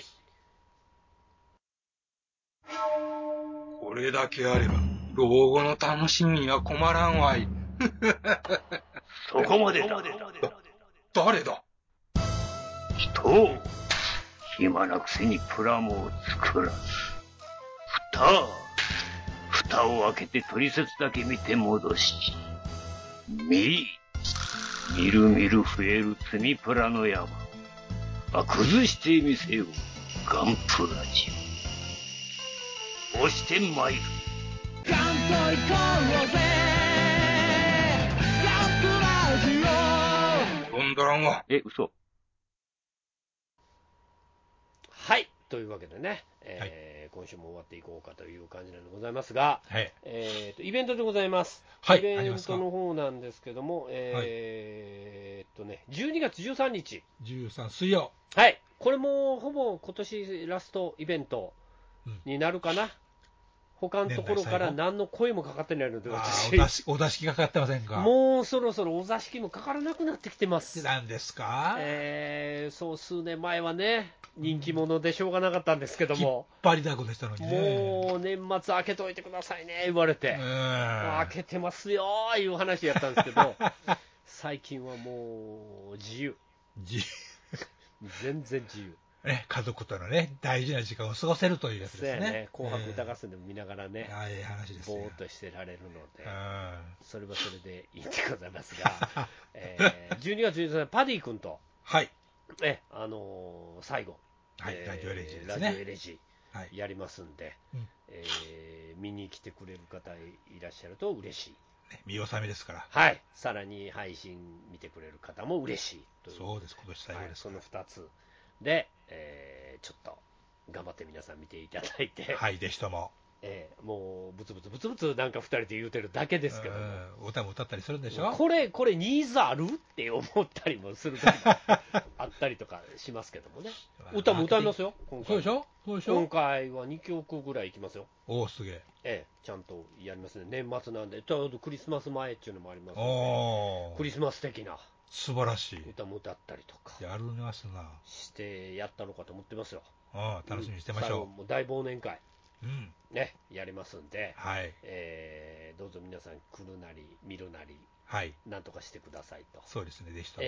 これだけあれば、老後の楽しみには困らんわい。 そこまでだ。 誰だ？ 人、暇なくせにプラモを作らず。蓋、蓋を開けて取説だけ見て戻し。見、みるみる増える積みプラの山。あ、崩してみせよ、ガンプラジオ。押してまいる。ガンといこうぜ。ガンプラジオ。 ゴンドランは。 え、嘘。 はい、というわけでね、えーはい、今週も終わっていこうかという感じでございますが、はいえー、とイベントでございます、はい、イベントの方なんですけども、えーっとね、じゅうにがつじゅうさんにち、 じゅうさん水曜、 はい、これもほぼ今年ラストイベントになるかな。うん他のところから何の声もかかってないので、 私お座敷、お座敷かかってませんか。 もうそろそろお座敷もかからなくなってきてます。 なんですか、 えー、そう数年前はね、人気者でしょうがなかったんですけども、 引っ張りだこでしたのにね、 もう年末開けといてくださいね言われて、開けてますよーいう話やったんですけど、最近はもう自由、 自由全然自由。 ね、家族とのね、大事な時間を過ごせるというやつですね。 ね紅白歌合戦でも見ながらね、 えー、話ですぼーっとしてられるので、それはそれでいいでございますが、えー、じゅうにがつじゅうさんにち、パディ君と、 はい、 えあのー、最後、 はいえー、ラジオエレジーですね。 ラジオエレジーやりますんで、はいえー、見に来てくれる方いらっしゃると嬉しい。 ね、見納めですから。 はい。さらに配信見てくれる方も嬉しいという。 そうです、今年最後です、 はい。そのふたつ。で、えー、ちょっと頑張って皆さん見ていただいて、 はい、ぜひとも、 えー、もうブツブツブツブツなんかふたりで言うてるだけですけども、 歌も歌ったりするんでしょ。 これこれニーズあるって思ったりもする時もあったりとかしますけどもね。歌も歌いますよ。 今回そうでしょ。そうでしょ。 今回はにきょくぐらいいきますよ。 おお、すげえ。 ええ、ちゃんとやりますね。年末なんでちょうどクリスマス前っていうのもありますので、クリスマス的な素晴らしい歌も歌ったりとかやるますなしてやったのかと思ってますよ。 ああ、楽しみにしてましょう。 うん、もう大忘年会、 うんね、やりますんで、 はいえー、どうぞ皆さん来るなり見るなり、 はい、 なんとかしてくださいと。 そうですね、ぜひとも。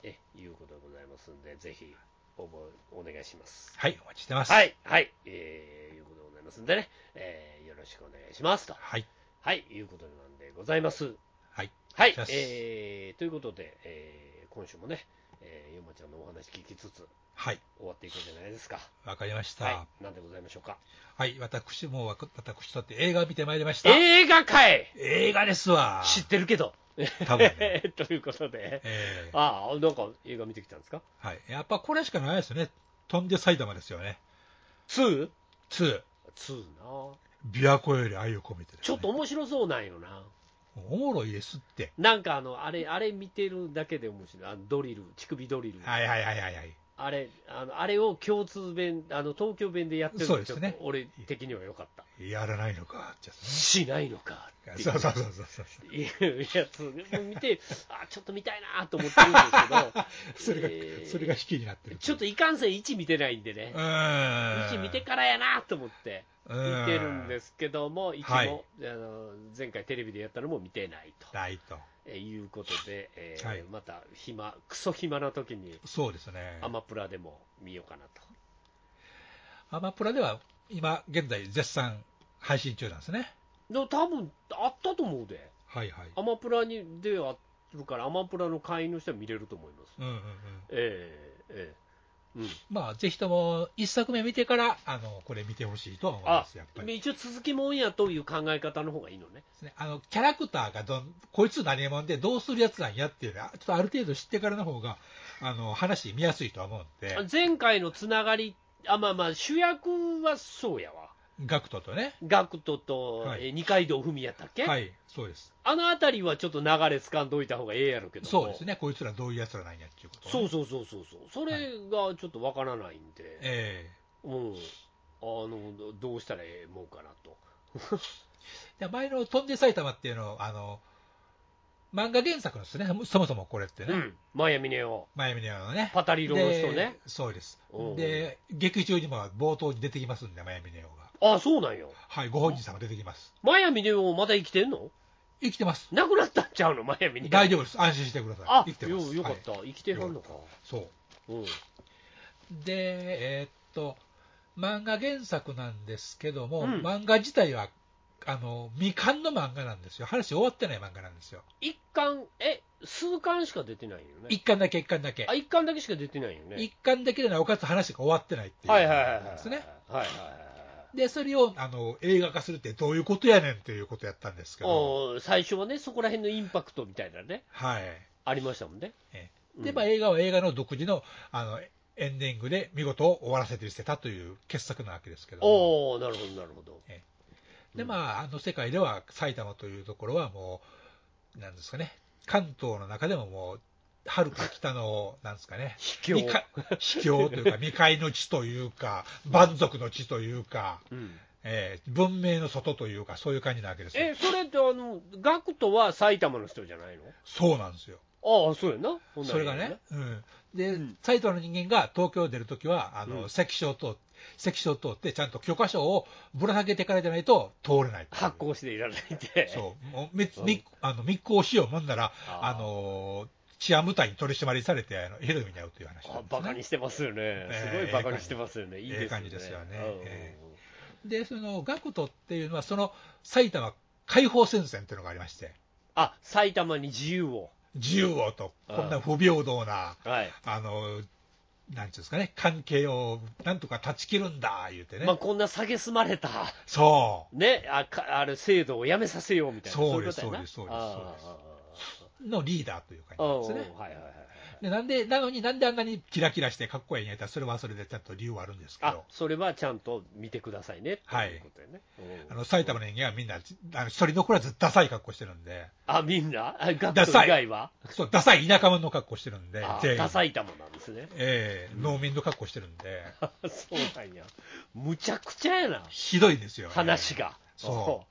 えいうことでございますんで、ぜひ応募お願いします。 はい、お待ちしてます。 はい、はい、えー、いうことでございますんでね、えー、よろしくお願いしますと。 はい。 はい、いうことなんでございます。 はい。 はいお願いします、 えー、ということで、えー、今週もね、えー、ゆまちゃんのお話聞きつつ、 はい。 終わっていくんじゃないですか。 わかりました。 はい、なんでございましょうか。 はい、私も、私とって映画を見てまいりました。 映画かい映画ですわ。 知ってるけど。 多分ね。 ということで、 えー、 ああ、なんか映画見てきたんですか。 はい。やっぱこれしかないですよね。飛んで埼玉ですよね。 ツー? ツー。 ツーな。 琵琶湖より愛を込めてですね。 ちょっと面白そうなんよな。 おもろいですって。 なんかあの、あれ、あれ見てるだけで面白い。あのドリル、乳首ドリル。 はいはいはいはいはい。 あれ、あのあれを共通弁、あの東京弁でやってるのがちょっと俺的には良かった。 やらないのかってやつね。 しないのかってそうそうそうそうそういうやつ見て、あ、ちょっと見たいなと思ってるんですけど、 それが、 えー、 それが引きになってる。 ちょっといかんせんいち見てないんでね、いち見てからやなと思って見てるんですけども、いちも、はい、あの前回テレビでやったのも見てないと。 ないと。 えー、いうことで、えーはい、 また暇、クソ暇な時に、 そうですね。 アマプラでも見ようかなと。 アマプラでは今現在絶賛配信中なんですね。 でも多分あったと思うで。 はいはい。 アマプラにであるから、アマプラの会員の人は見れると思います。 うんうんうん。 えー、えーうん、 まあぜひとも一作目見てからあのこれ見てほしいとは思います。やっぱり一応続きもんやという考え方の方がいいのね。 あのキャラクターがどんこいつ何者でどうするやつなんやっていうのはちょっとある程度知ってからの方があの話見やすいとは思うんで。 前回のつながり、あまあまあ主役はそうやわ。 ガクトとね。 ガクトと、はい、二階堂ふみやったっけ。 はい、そうです。 あのあたりはちょっと流れつかんどいた方がええやろけど。 そうですね。こいつらどういうやつらなんやっていうこと、 ね、そうそうそうそうそう。それがちょっとわからないんで。はい、 ええー、うん。あのどうしたらええもんかなと。 前の飛んで埼玉っていうのをあの漫画原作ですね。そもそもこれってね。うん。 マヤミネオ。 マヤミネオのね。 パタリロの人ね。 そうです。で、劇中にも冒頭に出てきますんで、マヤミネオが。 ああ、そうなんよ。 はい、ご本人様出てきます。 マヤミネオまだ生きてんの？ 生きてます。 亡くなったんちゃうの、マヤミネオ。 大丈夫です。安心してください。 あ、 生きてます。 よ、よかった。はい、生きてはんのか。 そう。 うん。 で、えー、っと、漫画原作なんですけども、 うん、 漫画自体は、あの未完の漫画なんですよ。話終わってない漫画なんですよ。 一巻、え、数巻しか出てないよね。 一巻だけ、一巻だけ。 あ、一巻だけしか出てないよね。 一巻だけでなおかつ話が終わってないっていうはいはいはいはいですね。 はいはいはい。 で、それをあの映画化するってどういうことやねんっていうことやったんですけど。 最初はね、そこら辺のインパクトみたいなね。 はい。 ありましたもんね。 えで、まあ映画は映画の独自の、あの、エンディングで見事終わらせてしてたという傑作なわけですけども。おー、なるほどなるほど。 えでまあ、あの世界では埼玉というところはもう、なんですかね、関東の中でももう、はるか北の、なんですかね、 秘境秘境というか、未開の地というか、蛮族の地というか、うんえー、文明の外というか、そういう感じなわけですよ。 え、それって、あの、ガクトは埼玉の人じゃないの？ そうなんですよ。 ああ、そうやな。 それがね、うん、で、うん、埼玉の人間が東京を出るときは、あの、うん、関所を通って、関所を通って、ちゃんと許可証をぶら下げてからじゃないと通れない。 発行していらないって。 そう。もうみみあの密航しようもんなら、あ、あの、治安部隊に取り締まりされて、あのひどい目に遭うという話なんです、ね。 あ、バカにしてますよね。すごいバカにしてますよね。えー、いいですね。 ええ感じですよね。えー、で、その、ガクトっていうのは、その、埼玉解放戦線っていうのがありまして。 あ、埼玉に自由を。 自由をと、こんな不平等な、 はい、 あの、なんていうんですかね、関係をなんとか断ち切るんだ、言うてね。 まあ、こんな蔑まれた、 そう。 ね、あ、ある制度をやめさせようみたいな。 そうです、そうです、そうです、そうです。のリーダーという感じですね。 はいはいはい。 でなんで、なのになんであんなにキラキラしてかっこいいんやったら、それはそれでちゃんと理由はあるんですけど。 あ、それはちゃんと見てくださいね、 はい。 ということでね。 あの、埼玉の人間はみんな、あの一人残らずダサい格好してるんで。 あ、みんなガクト以外はそう、ダサい田舎者の格好してるんで。 ダサい玉なんですね。 ええー、農民の格好してるんで。 そうなんや。むちゃくちゃやな。 ひどいですよ、ね。 話が。 そう。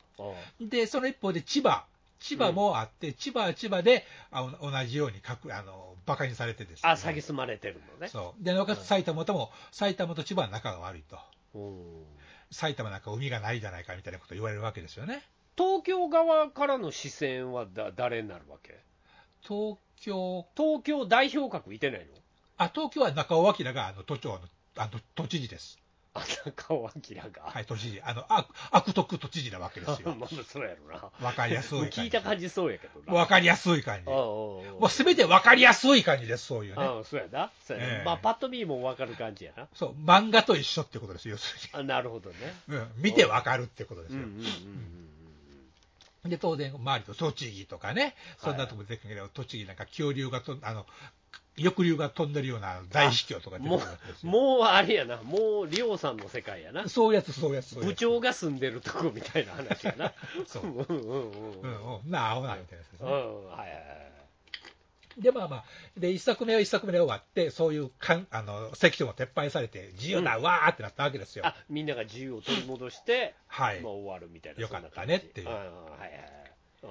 で、その一方で千葉。千葉もあって、うん、千葉は千葉であ同じようにかくあのバカにされてですね。 あ、蔑まれてるのね。 そう。で、なおかつ埼玉とも、埼玉と千葉は仲が悪いと。埼玉なんか海がないじゃないかみたいなことを言われるわけですよね。 東京側からの視線はだ誰になるわけ？ 東京、 東京代表格いてないの？ あ、東京は中尾明があの都庁の、あの都知事です。 あ、中尾明が。 はい、都知事。あの、あ悪徳都知事なわけですよ。 まあ、そうやろな。 わかりやすい感じ。 聞いた感じそうやけどな。 わかりやすい感じ。 ああもうすべてわかりやすい感じです、そういうね。 ああ、そうやな。そうやな、 ええ、 まあ、パッと見もわかる感じやな。 そう、漫画と一緒ってことですよ、要するに。あ、なるほどね。 うん、見てわかるってことですよ。 うんうんうんうん、で、当然、周りと栃木とかね、そんなとこ出てくるけど、栃木なんか恐竜がと、あの、翼竜が飛んでるような大秘境とか出てくるわけですよ。 もう、もうあれやな、もう、りょうさんの世界やな。 そういうやつ、そういうやつ。 部長が住んでるとこみたいな話やな。 そう。うんうんうん。うん、なあ、青なみたいなやつですね。うん、はいはいはい。で、まあまあ、で、一作目は一作目で終わって、そういうかん、あの、セクションも撤廃されて、自由だ、うん、わーってなったわけですよ。 あ、みんなが自由を取り戻して、 はい。 まあ終わるみたいな。 よかったねっていう。 はいはいはい。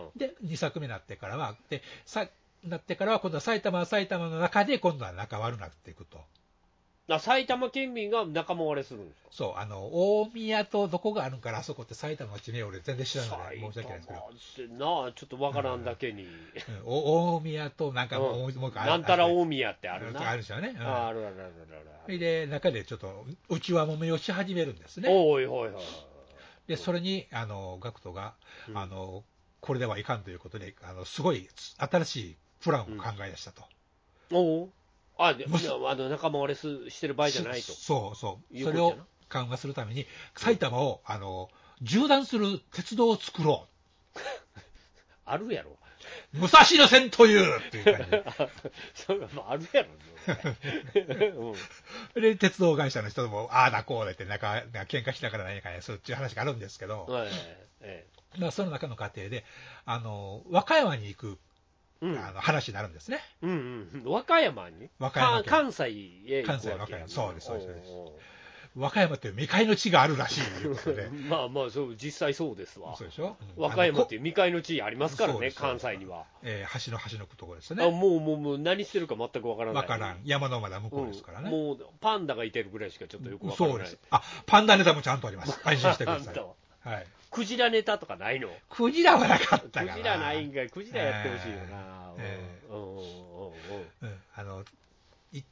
うん、で、二作目になってからは、で、さ、なってからは、今度は埼玉は埼玉の中で、今度は仲悪くなっていくと。 あ、埼玉県民が仲間割れするんですか？ そう、あの、大宮とどこがあるんから、あそこって埼玉の地名、俺全然知らないので、申し訳ないですけど。 埼玉ってなあ、ちょっとわからんだけに。うんうん、大宮と、なんかもう、うん、もう一個ある。 なんたら大宮ってあるな。 あるんですよね。 うん、あ、あるあるあるある。 で、中でちょっと、内輪もめをし始めるんですね。 おいおいおい。 で、それに、あの、ガクトが、うん、あの、これではいかんということで、あの、すごい新しいプランを考え出したと。 うん、おお。あ、であの仲間割れすしてる場合じゃないと。 そうそう。それを緩和するために、埼玉を、あの、縦断する鉄道を作ろう。 あるやろ。 武蔵野線というっていう感じ。 それはあるやろ、ね。 うん、で、鉄道会社の人も、ああだこうだって、なんか、喧嘩しながら何かやするっていう話があるんですけど、 はいええ、まあ、その中の過程で、あの、和歌山に行く、うん、あの話になるんですね。 うんうん、和歌山に和歌山関西へ行くわけ。 関西、和歌山。そうです、そうです。和歌山っていう未開の地があるらしいということで。 まあまあそう、実際そうですわ。 そうでしょ、 うん、和歌山っていう未開の地ありますからね、関西には。 えー、橋の橋のところですね。 あ、もうもうもう何してるか全くわからない。 わからん。山のまだ向こうですからね、 うん。もうパンダがいてるぐらいしかちょっとよくわからない。 そうです。あ、パンダネタもちゃんとあります。安心してください。はい。 クジラネタとかないの？ クジラはなかったから。 クジラないんかい。クジラやってほしいよな。 あの、行って、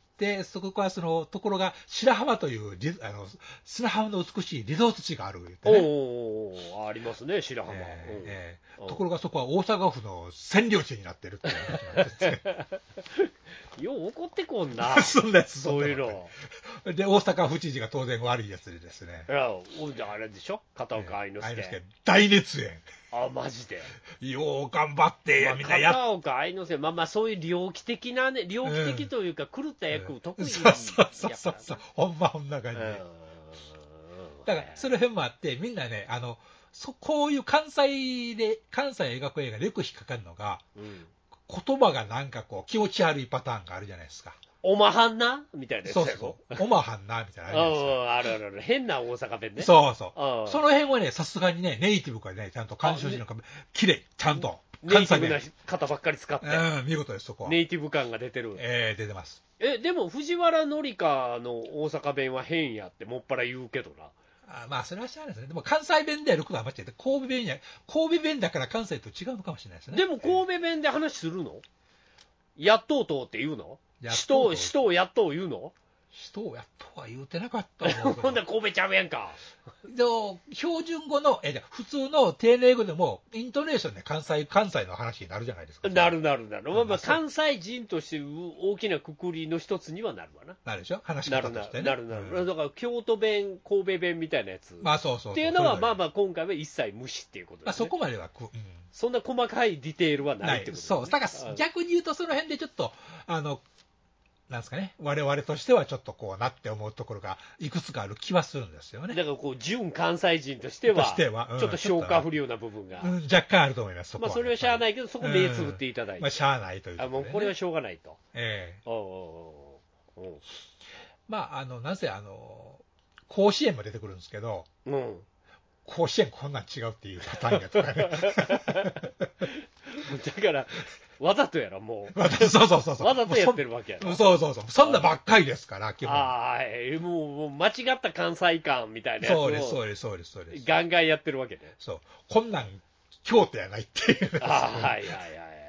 そこはその、ところが、白浜という、あの、砂浜の美しいリゾート地がある、ね。 おお、ありますね、白浜。 えーえー、ところがそこは大阪府の占領地になってるっていう話なんですね。 よう怒ってこんな。 そうです。 そういうの。 で、大阪府知事が当然悪いやつでですね。 いや、あれでしょ片岡愛之助。愛之助、 大熱演。 あ、マジで。 よう頑張って、まあ、 みんなやっ片岡愛之助、まあまあそういう猟奇的なね、猟奇的というか狂った役を得意に、 うんうん、そうそうそうそう。ほんまほんな感じ。だから、その辺もあって、みんなね、あの、そこういう関西で、関西描く映画でよく引っかかるのが、うん、言葉がなんかこう気持ち悪いパターンがあるじゃないですか。 おまはんなみたいなやつやろ。 そうそう。おまはんなみたいなあるじゃないですか。あるあるある。変な大阪弁ね。 そうそう。その辺はね、さすがにね、ネイティブからね、ちゃんと監修のきれい、ちゃんと。 ネイティブな方ばっかり使って。 うん、見事です、そこは。 ネイティブ感が出てる。 ええー、出てます。 え、でも藤原紀香の大阪弁は変やってもっぱら言うけどな。 あ、まあ、それは知らないですね。でも関西弁でやることは間違えて、神戸弁や、神戸弁だから関西と違うのかもしれないですね。 でも神戸弁で話するの？やっとうとうって言うの？しとう、しとうやっとう言うの？ しとうやっとうは言うてなかったもん。 ほんで神戸ちゃうやんか。 でも、標準語の、え、普通の丁寧語でも、イントネーションで関西、関西の話になるじゃないですか。 なるなるなる。まあまあ、関西人として大きなくくりの一つにはなるわな。 なるでしょ話し方としてね。 なるなるなる。だから、京都弁、神戸弁みたいなやつ。 まあそうそうそう。 っていうのは、まあまあ、今回は一切無視っていうことですね。 まあそこまではく、うん。 そんな細かいディテールはないってことですね。 そう。だから逆に言うと、その辺でちょっと、あの、なんですかね、我々としてはちょっとこうなって思うところがいくつかある気はするんですよね。 だからこう純関西人としては、 としてはうん、ちょっと消化不良な部分が、 うん、若干あると思います。そこはまあそれはしゃあないけど、そこ目つぶっていただいて、うん、 まあしゃあないという、ね、 あもうこれはしょうがないと。 ええー。 おうおうおうおうまああのなぜあの甲子園も出てくるんですけど、 うん、 甲子園こんなん違うっていうパターンやとかね。 だから。わざとやろ、もう。 そうそうそうそう。 わざとやってるわけやろ。 そうそうそう。そんなばっかりですから、基本。 ああ、もう、もう間違った関西感みたいなやつを。 そうです、そうです、そうです、そうです。 ガンガンやってるわけね。 そう。こんなん、京都やないっていう。 ああ、はいはいはい。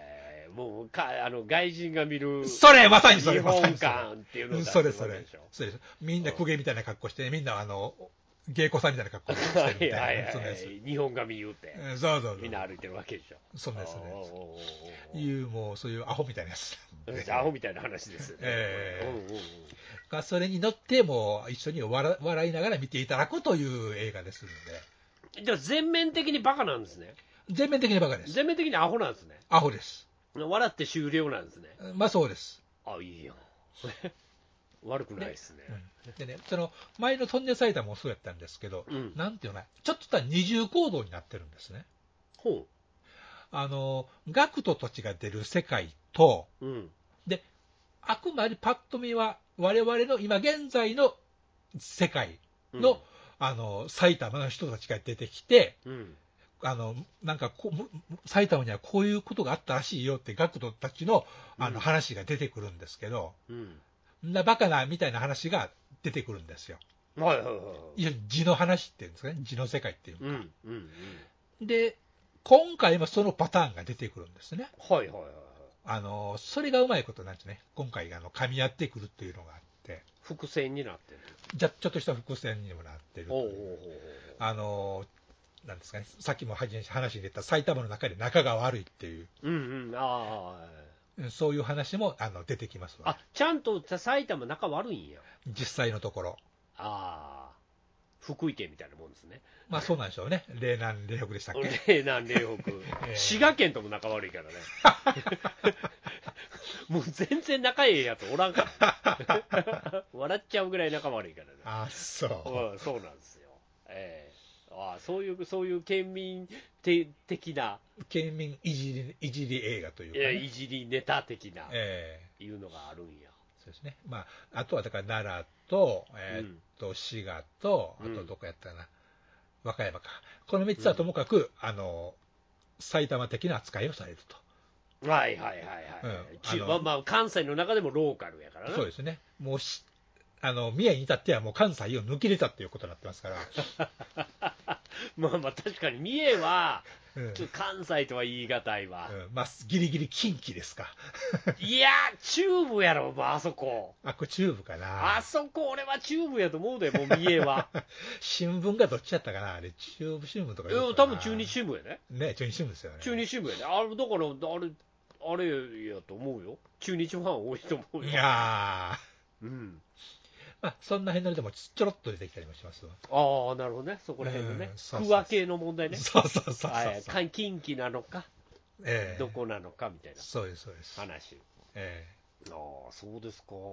もうかあの外人が見るそれ、まさにそれ、 日本まさにそれ。 館っていうのを出してそれそれるわけでしょ。 それみんな公家みたいな格好して、みんなあの芸妓さんみたいな格好してるみたいな、 はいはいはいそんなやつ。 日本髪言うて、 うんそうそうそう。 みんな歩いてるわけでしょ。 そんなやつね。 おうおうおうおういう、もうそういうアホみたいなやつなんで。 アホみたいな話ですよね。 ええうんうんうんがそれに乗って、もう一緒に笑笑いながら見ていただくという映画ですのじゃあ全面的にバカなんですね。 で、全面的にバカです。 全面的にアホなんですね。 アホです。 笑って終了なんですね。 まあそうです。 あ、いいやん。悪くないですね。 うんでね、その前のトンネル埼玉もそうやったんですけど、 うんなんていうのかな、ちょっとした二重構造になってるんですね。 ほあの、学徒たちが出る世界と、 う。うん。 で、あくまでパッと見は、我々の今現在の世界の、 うんあの、埼玉の人たちが出てきて、 うん。 あの、なんかこう、埼玉にはこういうことがあったらしいよって学徒たちの、あのうん話が出てくるんですけど、 うん。 んなバカなみたいな話が出てくるんですよ。 はいはいはいいや、字の話っていうんですかね、字の世界っていう。 うんうんうん。 で、今回もそのパターンが出てくるんですね。 はいはいはいはい。 あの、それがうまいことなんですね。今回、あの、噛み合ってくるっていうのがあって、 伏線になってる。 じゃ、ちょっとした伏線にもなってるとおうおういう。 おうあの、なんですかね、さっきも話に出た埼玉の中で仲が悪いっていう、 おう。うんうん。ああ。 そういう話もあの出てきますわ。 あ、ちゃんと埼玉仲悪いんや。 実際のところ。 ああ。福井県みたいなもんですね。 まあそうなんでしょうね。霊南霊北でしたっけ。 霊南霊北、 ええ滋賀県とも仲悪いからね。もう全然仲ええやつおらんから。笑っちゃうぐらい仲悪いからね。 あ、そう。 うん、そうなんですよ。ええああそういう、そういう県民て的な、 県民いじり、いじり映画というか、 ええね。 いじりネタ的な、 ええいうのがあるんや。 そうですね。まあ、あとはだから奈良と、えーっと、滋賀と、あうんとどこやったかな、和歌山か。このみっつはともかく、あの、埼玉的な扱いをされると。 はいはいはいはい。 うん中あのまあまあ、関西の中でもローカルやからな。 そうですね。もうし、あの、三重に至ってはもう関西を抜き出たっていうことになってますから。 まあまあ、確かに三重は、 うんちょっと関西とは言い難いわ。 うんまあ、ギリギリ近畿ですか。 いやー、中部やろ、もうあそこ。 あ、これ中部かな。 あそこ、俺は中部やと思うで、もう三重は。 新聞がどっちやったかなあれ、中部新聞とかいや言うのかな多分中日新聞やね。 ね、中日新聞ですよね。 中日新聞やね。あれ、だから、あれ、あれやと思うよ。中日ファン多いと思うよ。 いやー。 うん。 まあ、そんな辺のでもちょろっと出てきたりもしますわ。 ああ、なるほどね。そこら辺のねうん。そうそう区分けの問題ね。 そうそうそうそう。 はい。か近畿なのか、 ええどこなのかみたいなそうです、そうです。 話。 ええああ、そうですか。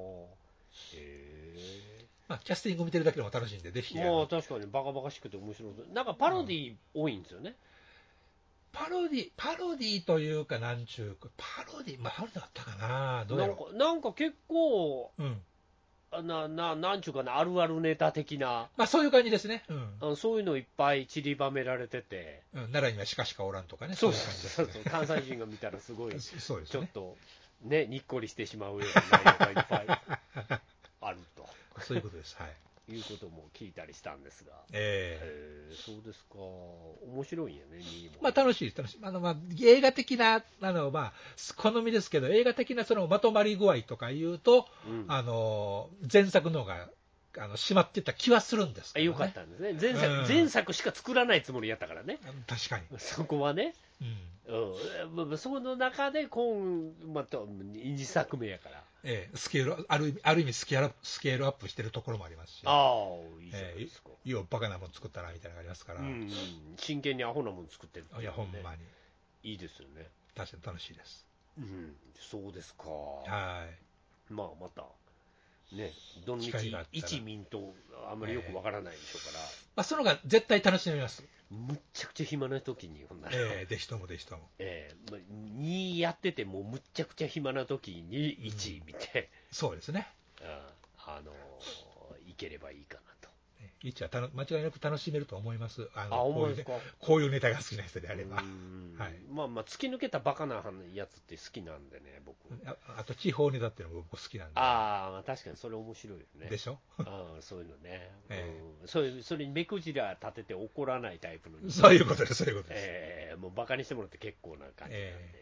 へまあ、キャスティング見てるだけでも楽しいんで、ぜひ。 え。まあ、確かにバカバカしくて面白い。なんかパロディ多いんですよね。 パロディ、パロディというか、なんちゅうか、パロディ、まあ、パロディだったかな、どうやろなんか、なんか結構、 う。うん。 あな、な、なんちゅうかな、あるあるネタ的な、 まあ、そういう感じですね。うん。 あのそういうのいっぱい散りばめられてて、 うん、奈良にはしかしかおらんとかね、 そういう感じですね。 そうそう、関西人が見たらすごい、ちそうですね。 ょっと、ね、にっこりしてしまうような内容がいっぱいあると。 そういうことです。はい。 いうことも聞いたりしたんですが、 えええー、そうですか、面白いんやね、にも。 まあ楽しいです、楽しい。あの、まあ、映画的な、あの、まあ、好みですけど、映画的なそのまとまり具合とか言うと、 うんあの、前作の方が、あの、締まってた気はするんですけど、ね。 よかったんですね前作、 うん前作しか作らないつもりやったからね、 確かに。 そこはね、 うん。 うん、まあその中で今、またにさくめやから、 ええスケール、ある意味、ある意味スケールアップ、スケールアップしてるところもありますし、 ああ、いいじゃないですか。 ようバカなもん作ったな、みたいなのがありますから、 うん、真剣にアホなもん作ってるってうねいや、ほんまに、 いいですよね。 確かに楽しいです。 うん、そうですか。 はい。 まあ、また、ね、どのみち機会があったら一民とあんまりよくわからないでしょうから、 まあ、その方が絶対楽しめます。 むっちゃくちゃ暇な時に、ほんなら、 ええぜひともぜひとも。 ええまあ、にやってても、むっちゃくちゃ暇な時にいち見て、 そうですね。 うんあのいければいいかなと。 いちはたの間違いなく楽しめると思います。ああ、 のこういうね思いですか。 こういうネタが好きな人であれば。 うんはいまあまあ、突き抜けたバカなやつって好きなんでね、僕。 ああと地方ネタっていうのも僕好きなんで。 ああ、まあ確かにそれ面白いよね。 でしょああそういうのね、 えうん、そういうそれに目くじら立てて怒らないタイプの人間そういうことです、そういうことです。 ええもうバカにしてもらって結構な感じなんで、 え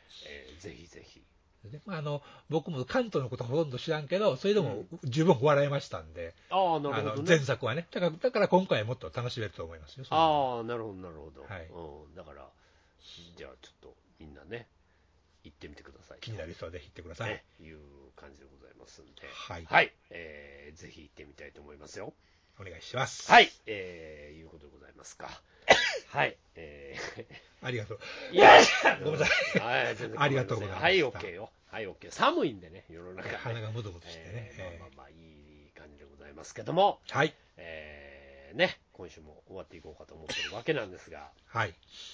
えーぜひぜひ。 でまあ、あの僕も関東のことはほとんど知らんけど、それでも十分笑いましたんで、 ああ、なるほあのどね。 前作はねだから、だから今回はもっと楽しめると思いますよ。それはああ、なるほど、なるほど。 はいうん、だから、じゃあちょっとみんなね、行ってみてくださいと。 気になる人はぜひ行ってください。 ね、いう感じでございますんで、 はいはい、えーぜひ行ってみたいと思いますよ。 お願いします。 はい、えー、いうことでございますか。はい、えありがとう。 ー、いや、 ごめんなさい。 はい、全然ありがとうございましたはい、OK よ。はい、OK。寒いんでね、世の中、ね。 鼻がムズムズしてね。 えーまあまあまあ、いい感じでございますけども、 はい。 えー、ね、今週も終わっていこうかと思ってるわけなんですが、 はい。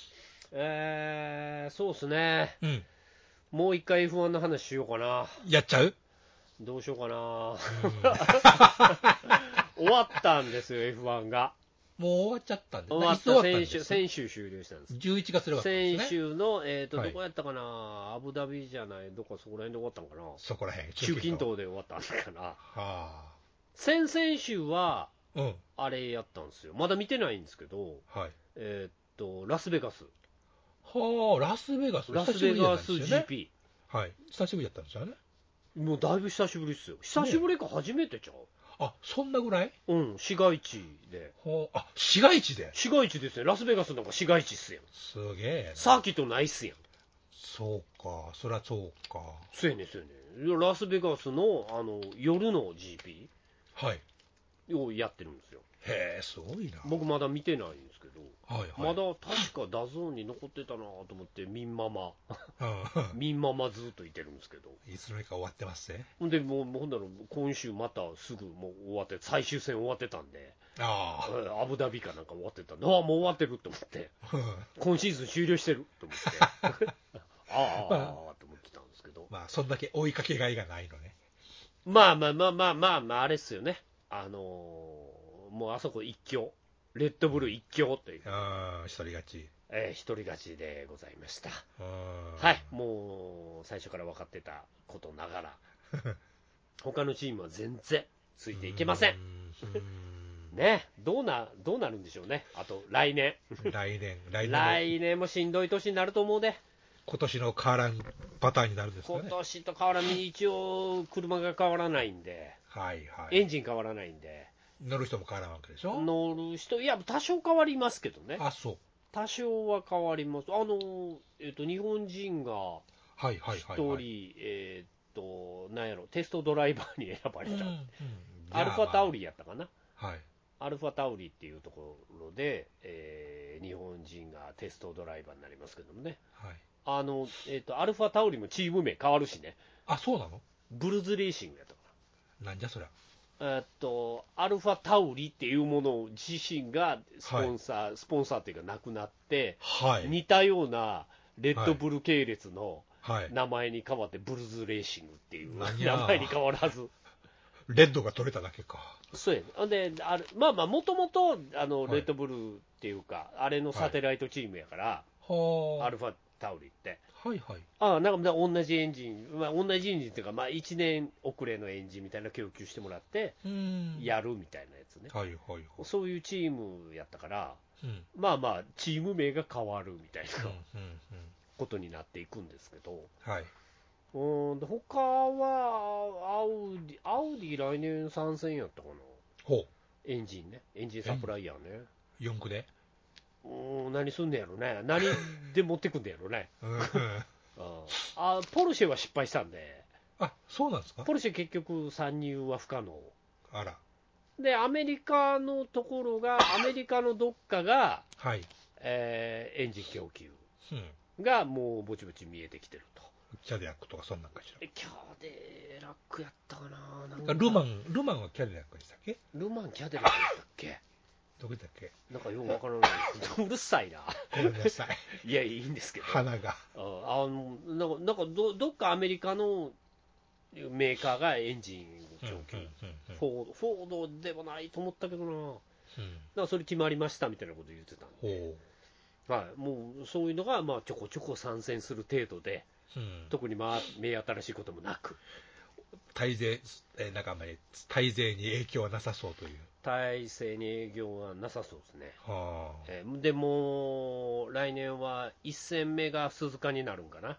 えー、そうですね、 うん。 もう一回 エフワン の話しようかな。 やっちゃうどうしようかな。 うん終わったんですよ、エフワン が。 もう終わっちゃったんで。 終わっいつ終わた、 ったんです先週、先週終了したんです。 じゅういちがつで終わったんですね。 先週の、えーと、 はいどこやったかな、アブダビじゃない、どこそこら辺で終わったのかな。 そこらへん。 中近東で終わったんかな。 はあ。 先々週は、 うん。 あれやったんですよ。まだ見てないんですけど、 はい。 えーっと、ラスベガス。 はあ、ラスベガス。 ラスベガス久しぶりじゃないですよねジーピはい。久しぶりだったんですよね。 ー。もうだいぶ久しぶりっすよ。久しぶりか初めてちゃう、 あ、そんなぐらいうん、市街地で。 はあ、あ、市街地で。 市街地ですね。ラスベガスなんか市街地っすやん。 すげえな。 サーキットないっすやん。 そうか、そりゃそうか。 そうやねん、そうやねん。ラスベガスの、あの、夜の ジーピはい。 ーをやってるんですよ。 へえ、すごいな。 僕まだ見てないんですけど、 はいはい。 まだ確かダゾーンに残ってたなと思ってミンママうんミンママずっといてるんですけど、 いつの間にか終わってますね。 ほんでもうほんだら今週またすぐもう終わって最終戦終わってたんで、 あうんアブダビかなんか終わってたんで、ああもう終わってると思って、 あ。 今シーズン終了してると思ってああああああと思ってたんですけど、 まあ、そんだけ追いかけがいがないのね。 まあまあまあまあまあまああれっすよね、あのーもうあそこ一強、レッドブル一強という、 ああ、一人勝ち。 えー一人勝ちでございました。 ははい、もう最初から分かってたことながら、他のチームは全然ついていけません。ね、どうな、どうなるんでしょうね、あと来年。 来年、来年も来年もしんどい年になると思うで、 今年の変わらんパターンになるんですか今ね。 年と変わらん、一応、車が変わらないんで、 はいはい。 エンジン変わらないんで、 乗る人も変わらんわけでしょ。 乗る人、いや、多少変わりますけどね、 あ、そう。 多少は変わります。あの、えっと、日本人がはいはいはい、 一はい。 人、えっと、なんやろ、テストドライバーに選ばれた。 うんうんアルファタウリ。 リやったかな、 はい。 アルファタウリっていうところで、えー日本人がテストドライバーになりますけどもね、 はい。 あのえー、とアルファタウリもチーム名変わるしね、 あ、そうなのブルズレーシングやったかなんじゃそりゃ。 な、えー、とアルファタウリっていうもの自身がスポンサー、スポンサーっていうかなくなって、 はい。 似たようなレッドブル系列のはい。 名前に変わって、ブルズレーシングっていう何や名前に変わらず。 レッドが取れただけか。 そうやね。ほんで、あれまあまあ、もともと、あの、 はいレッドブルっていうか、あれのサテライトチームやから、 はあ。 アルファタウリって。 はいはい。 ああ、なんか同じエンジン、まあ、同じエンジンっていうか、まあ、いちねん遅れのエンジンみたいな供給してもらって、 うん。 やるみたいなやつね。 はいはいはい。 そういうチームやったから、 うん。うんまあまあ、チーム名が変わるみたいなうんうん。 ことになっていくんですけど、 はい。 うん、で他は、アウディ、アウディ来年参戦やったかな。 ほエンジンね。エンジンサプライヤーね。 う。四駆で。 うん、何すんねやろね。何で持ってくんねやろね。 うん。 うんあ、ポルシェは失敗したんで、 あ、そうなんですか。 ポルシェ結局参入は不可能。 あら。 で、アメリカのところが、アメリカのどっかが、 はい。 えーエンジン供給うん。 がもうぼちぼち見えてきてると。 キャデラックとかそんなんかしえキャデラックやったかな、なんら。 かルマン、ルマンはキャデラックでしたっけ。 ルマンキャデラックやったっけどこだっけ。 なんかよくわからない。うるさいな。 ごめんなさい。 いや、いいんですけど。 花が。 ああのなんかなんかどどっかアメリカのメーカーがエンジン供給、 うんうんフォードフォードではないと思ったけどな、だかうん。 らそれ決まりましたみたいなこと言ってたんで、 ほはい、もうそういうのがまあちょこちょこ参戦する程度で、 う。うん。 特にまあ目新しいこともなく、 体勢、えー、なんかあんまり体勢に影響はなさそうという。 体制に営業はなさそうですね。 はあ。 えーでも来年は一戦目が鈴鹿になるんかな。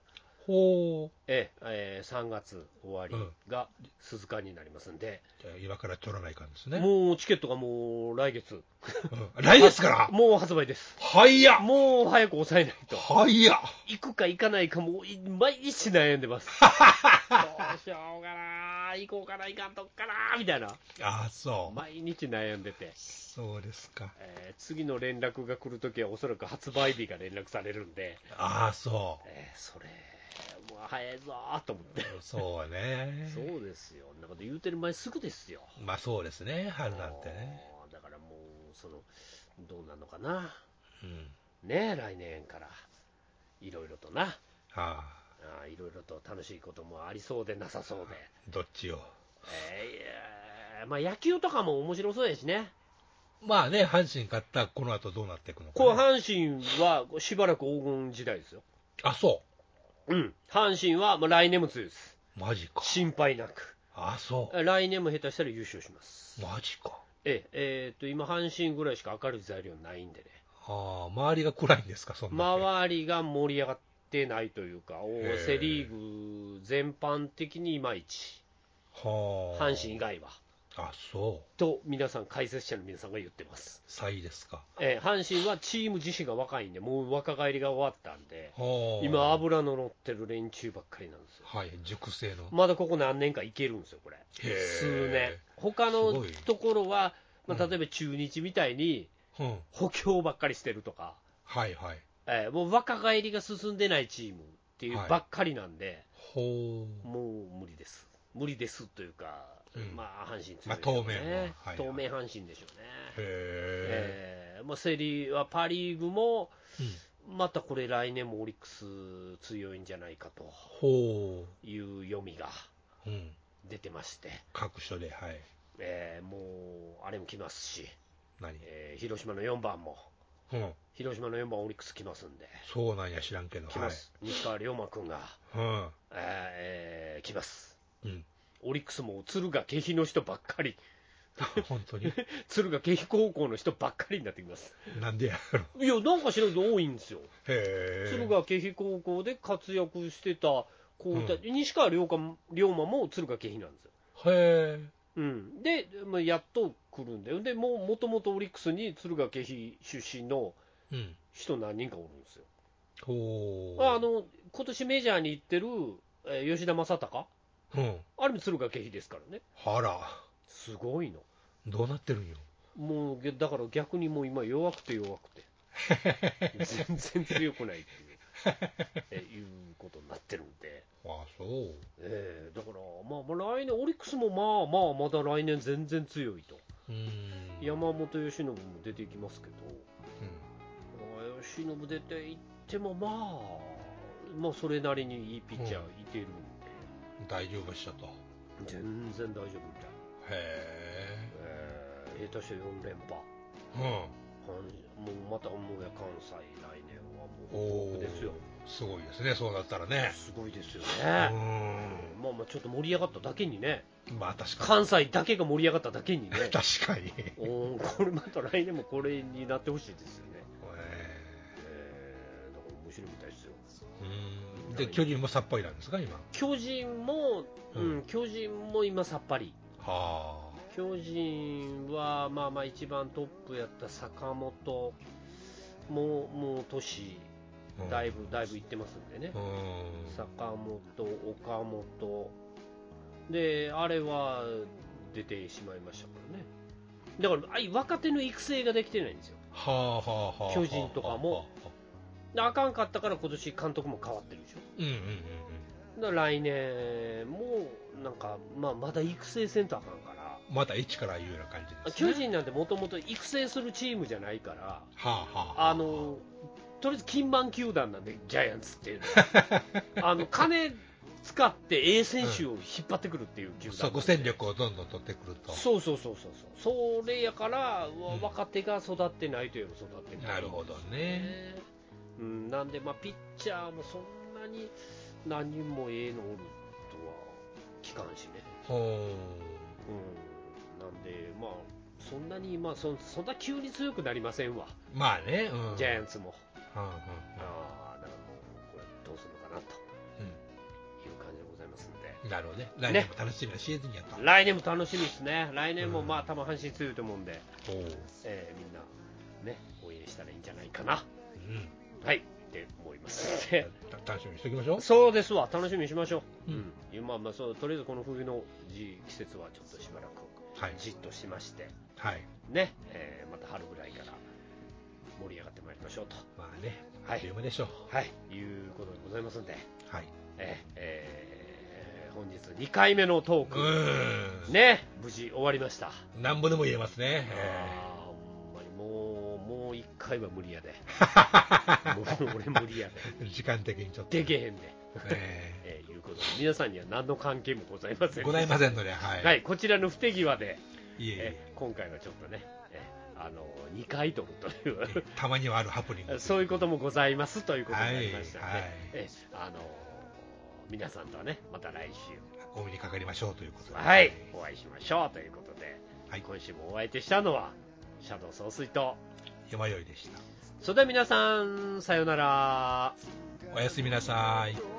ほう。 ええーさんがつ終わりが鈴鹿になりますんで、 じゃあ今から取らないかんですね。 もうチケットがもう来月、 うん、来月からもう発売です。 はいやもう早く抑えないと。 はいや行くか行かないかもうい毎日悩んでます。どうしようかな、行こうかな、行かんとっかなみたいな。 ああ、そう。 毎日悩んでて。 そうですか。 えー次の連絡が来るときはおそらく発売日が連絡されるんで、 ああ、そう。 えーそれ、もう早いぞーと思って。 そうね。 そうですよ。そんなこと言うてる前すぐですよ。 まあそうですね、春なんてね。 あーだからもう、その、どうなのかな。 うん。 ねえ、来年から。いろいろとな。 はあ。 あーいろいろと楽しいこともありそうでなさそうで。 どっちを。 えー、まあ野球とかも面白そうやしね。 まあね、阪神勝ったらこの後どうなっていくのか、ね。 これ阪神はしばらく黄金時代ですよ。 あ、そうん。阪神はまあ来年も強いです。 う。マジか。 心配なく。 あ、そう。 来年も下手したら優勝します。 マジか。 えええー、と今、阪神ぐらいしか明るい材料ないんでね、 ああ、周りが暗いんですか、そんな。 周りが盛り上がってないというか、おへーセ・リーグ全般的にいまいち、 はあ。 阪神以外は。 あ、そう。 と、皆さん、解説者の皆さんが言ってます。 サイですか。 えー阪神はチーム自身が若いんで、もう若返りが終わったんで、 はあ。 今、油の乗ってる連中ばっかりなんですよ。 はい、熟成の。 まだここ何年かいけるんですよ、これ。 へー数年。他のすごいところは、まあ、 うん例えば中日みたいにうん。 補強ばっかりしてるとか、 はいはい。 えーもう若返りが進んでないチームっていうばっかりなんで、 ほう。 もう無理です。無理ですというか、 うんまあ、阪神強いでしょうね、 まあ当面ははいはい当面阪神でしょうね。 へえーまあ、セリはパ・リーグも、 え。うん。 またこれ、来年もオリックス強いんじゃないかとほいう読みがう。うん。 出てまして、 各所で、はい。 えーもうあれも来ますし、 何えー広島のよんばんも、 うん。 広島のよんばんオリックス来ますんで、 そうなんや、知らんけど。 来ます、西川龍馬君が、 はい。 えー来ます。 うん。うん。 オリックスも敦賀気比の人ばっかり、 本当に敦賀気比高校の人ばっかりになってきます。 なんでやろ。 いや、なんか知らんけど多いんですよ。 へえ。 敦賀気比高校で活躍してた子た、 う西川龍馬龍馬も敦賀気比なんですよ。 へえ。 うん、で、まあ、やっと来るんだよ。で、もう、もともとオリックスに敦賀気比出身のうん。 人何人かおるんですよ。 ほう。 あの、今年メジャーに行ってる、えー吉田正尚、 うん。 あれも敦賀気比ですからね。 はら。 すごいの。 どうなってるんよ。 もう、げだから逆にもう今弱くて弱くて。全然強くないっていう、えいうことになってるんで。 あ、そう。 えーだから、まあ、まあ来年、オリックスもまあまあ、まだ来年全然強いと。 うーん。 山本由伸も出てきますけど、 うん。 まあ由伸出ていっても、まあ、まあ、それなりにいいピッチャーいてるんで、 大丈夫したと。 全然大丈夫みたい。 へえ。 えー、下手してよん連覇。 うん。 阪もうまたもうや関西、来年はもう僕ですよ。 すごいですね、そうなったらね。 すごいですようね。 ん。 まあまあちょっと盛り上がっただけにね、 まあ確かに。 関西だけが盛り上がっただけにね、 確かに。 おーこれまた来年もこれになってほしいですよね。 ええー、だから面白いみたいですよ。 ーうんで、巨人もさっぱりなんですか、今。 巨人も、ううんん、巨人も今さっぱり。 は巨人はまあまあ一番トップやった坂本ももう年あ。 だいぶだいぶいってますんでね。 うん。 坂本、岡本で、あれは出てしまいましたからね。だからあい若手の育成ができてないんですよ。 はあはあはあ。 巨人とかもであかんかったから今年監督も変わってるでしょ。 うんうんうんだから来年もなんか、まあ、まだ育成せんとあかんからうん。また一から言うような感じですね。 巨人なんてもともと育成するチームじゃないから、 はあはあはあ。 あのとりあえず金満球団なんで、ジャイアンツっていうのはあの金使って A 選手を引っ張ってくるっていう球団なんで、 即戦力をどんどん取ってくると。 そうそうそうそうそう、それやから、 ん若手が育ってないといえば育ってない、 なるほどね。 うん、なんで、まあ、ピッチャーもそんなに何人もええのおるとは聞かんしね。 ほうん、なんで、まあ、そんなに、まあそ、そんな急に強くなりませんわ、 う。まあね。うん。 ジャイアンツも。 うんうんああ、だからもう、これ、どうするのかなと。 うん。 なるほどね。来年も楽しみなシーズンやった。 来年も楽しみですね。来年もまあ多分阪神強いと思うんで、 おお。 えーみんなね応援したらいいんじゃないかな。 うん。 はいって思います。 た楽しみにしておきましょう。 そうですわ、楽しみにしましょう。 うんうん、まあまあそうとりあえずこの冬の時季節はちょっとしばらくはい。 じっとしまして、 はい。 ね、えーまた春ぐらいから盛り上がってまいりましょうと、 まあね、 はいあっという間でしょう。 はい、いうことでございますんで、 はい。 えーえー本日にかいめのトーうク、 ーん。 ね、無事終わりました。 なんぼでも言えますね。 あーほんまにもうもういっかいは無理やで。もう俺無理やで。 時間的にちょっと。 でけへんで。 ええーいうことで皆さんには何の関係もございません。 ーございませんので、はい。 はい、こちらの不手際で、 いえいええ。 今回はちょっとね、えあのにかい撮るというたまにはあるハプニング。 そういうこともございますということになりましたので、 はいはいえあの皆さんとはねまた来週お目にかかりましょうということで。 はいお会いしましょうということで、 はい。 今週もお相手したのはシャドウ総帥と、 山よいでした。 それでは皆さんさようなら。 おやすみなさい。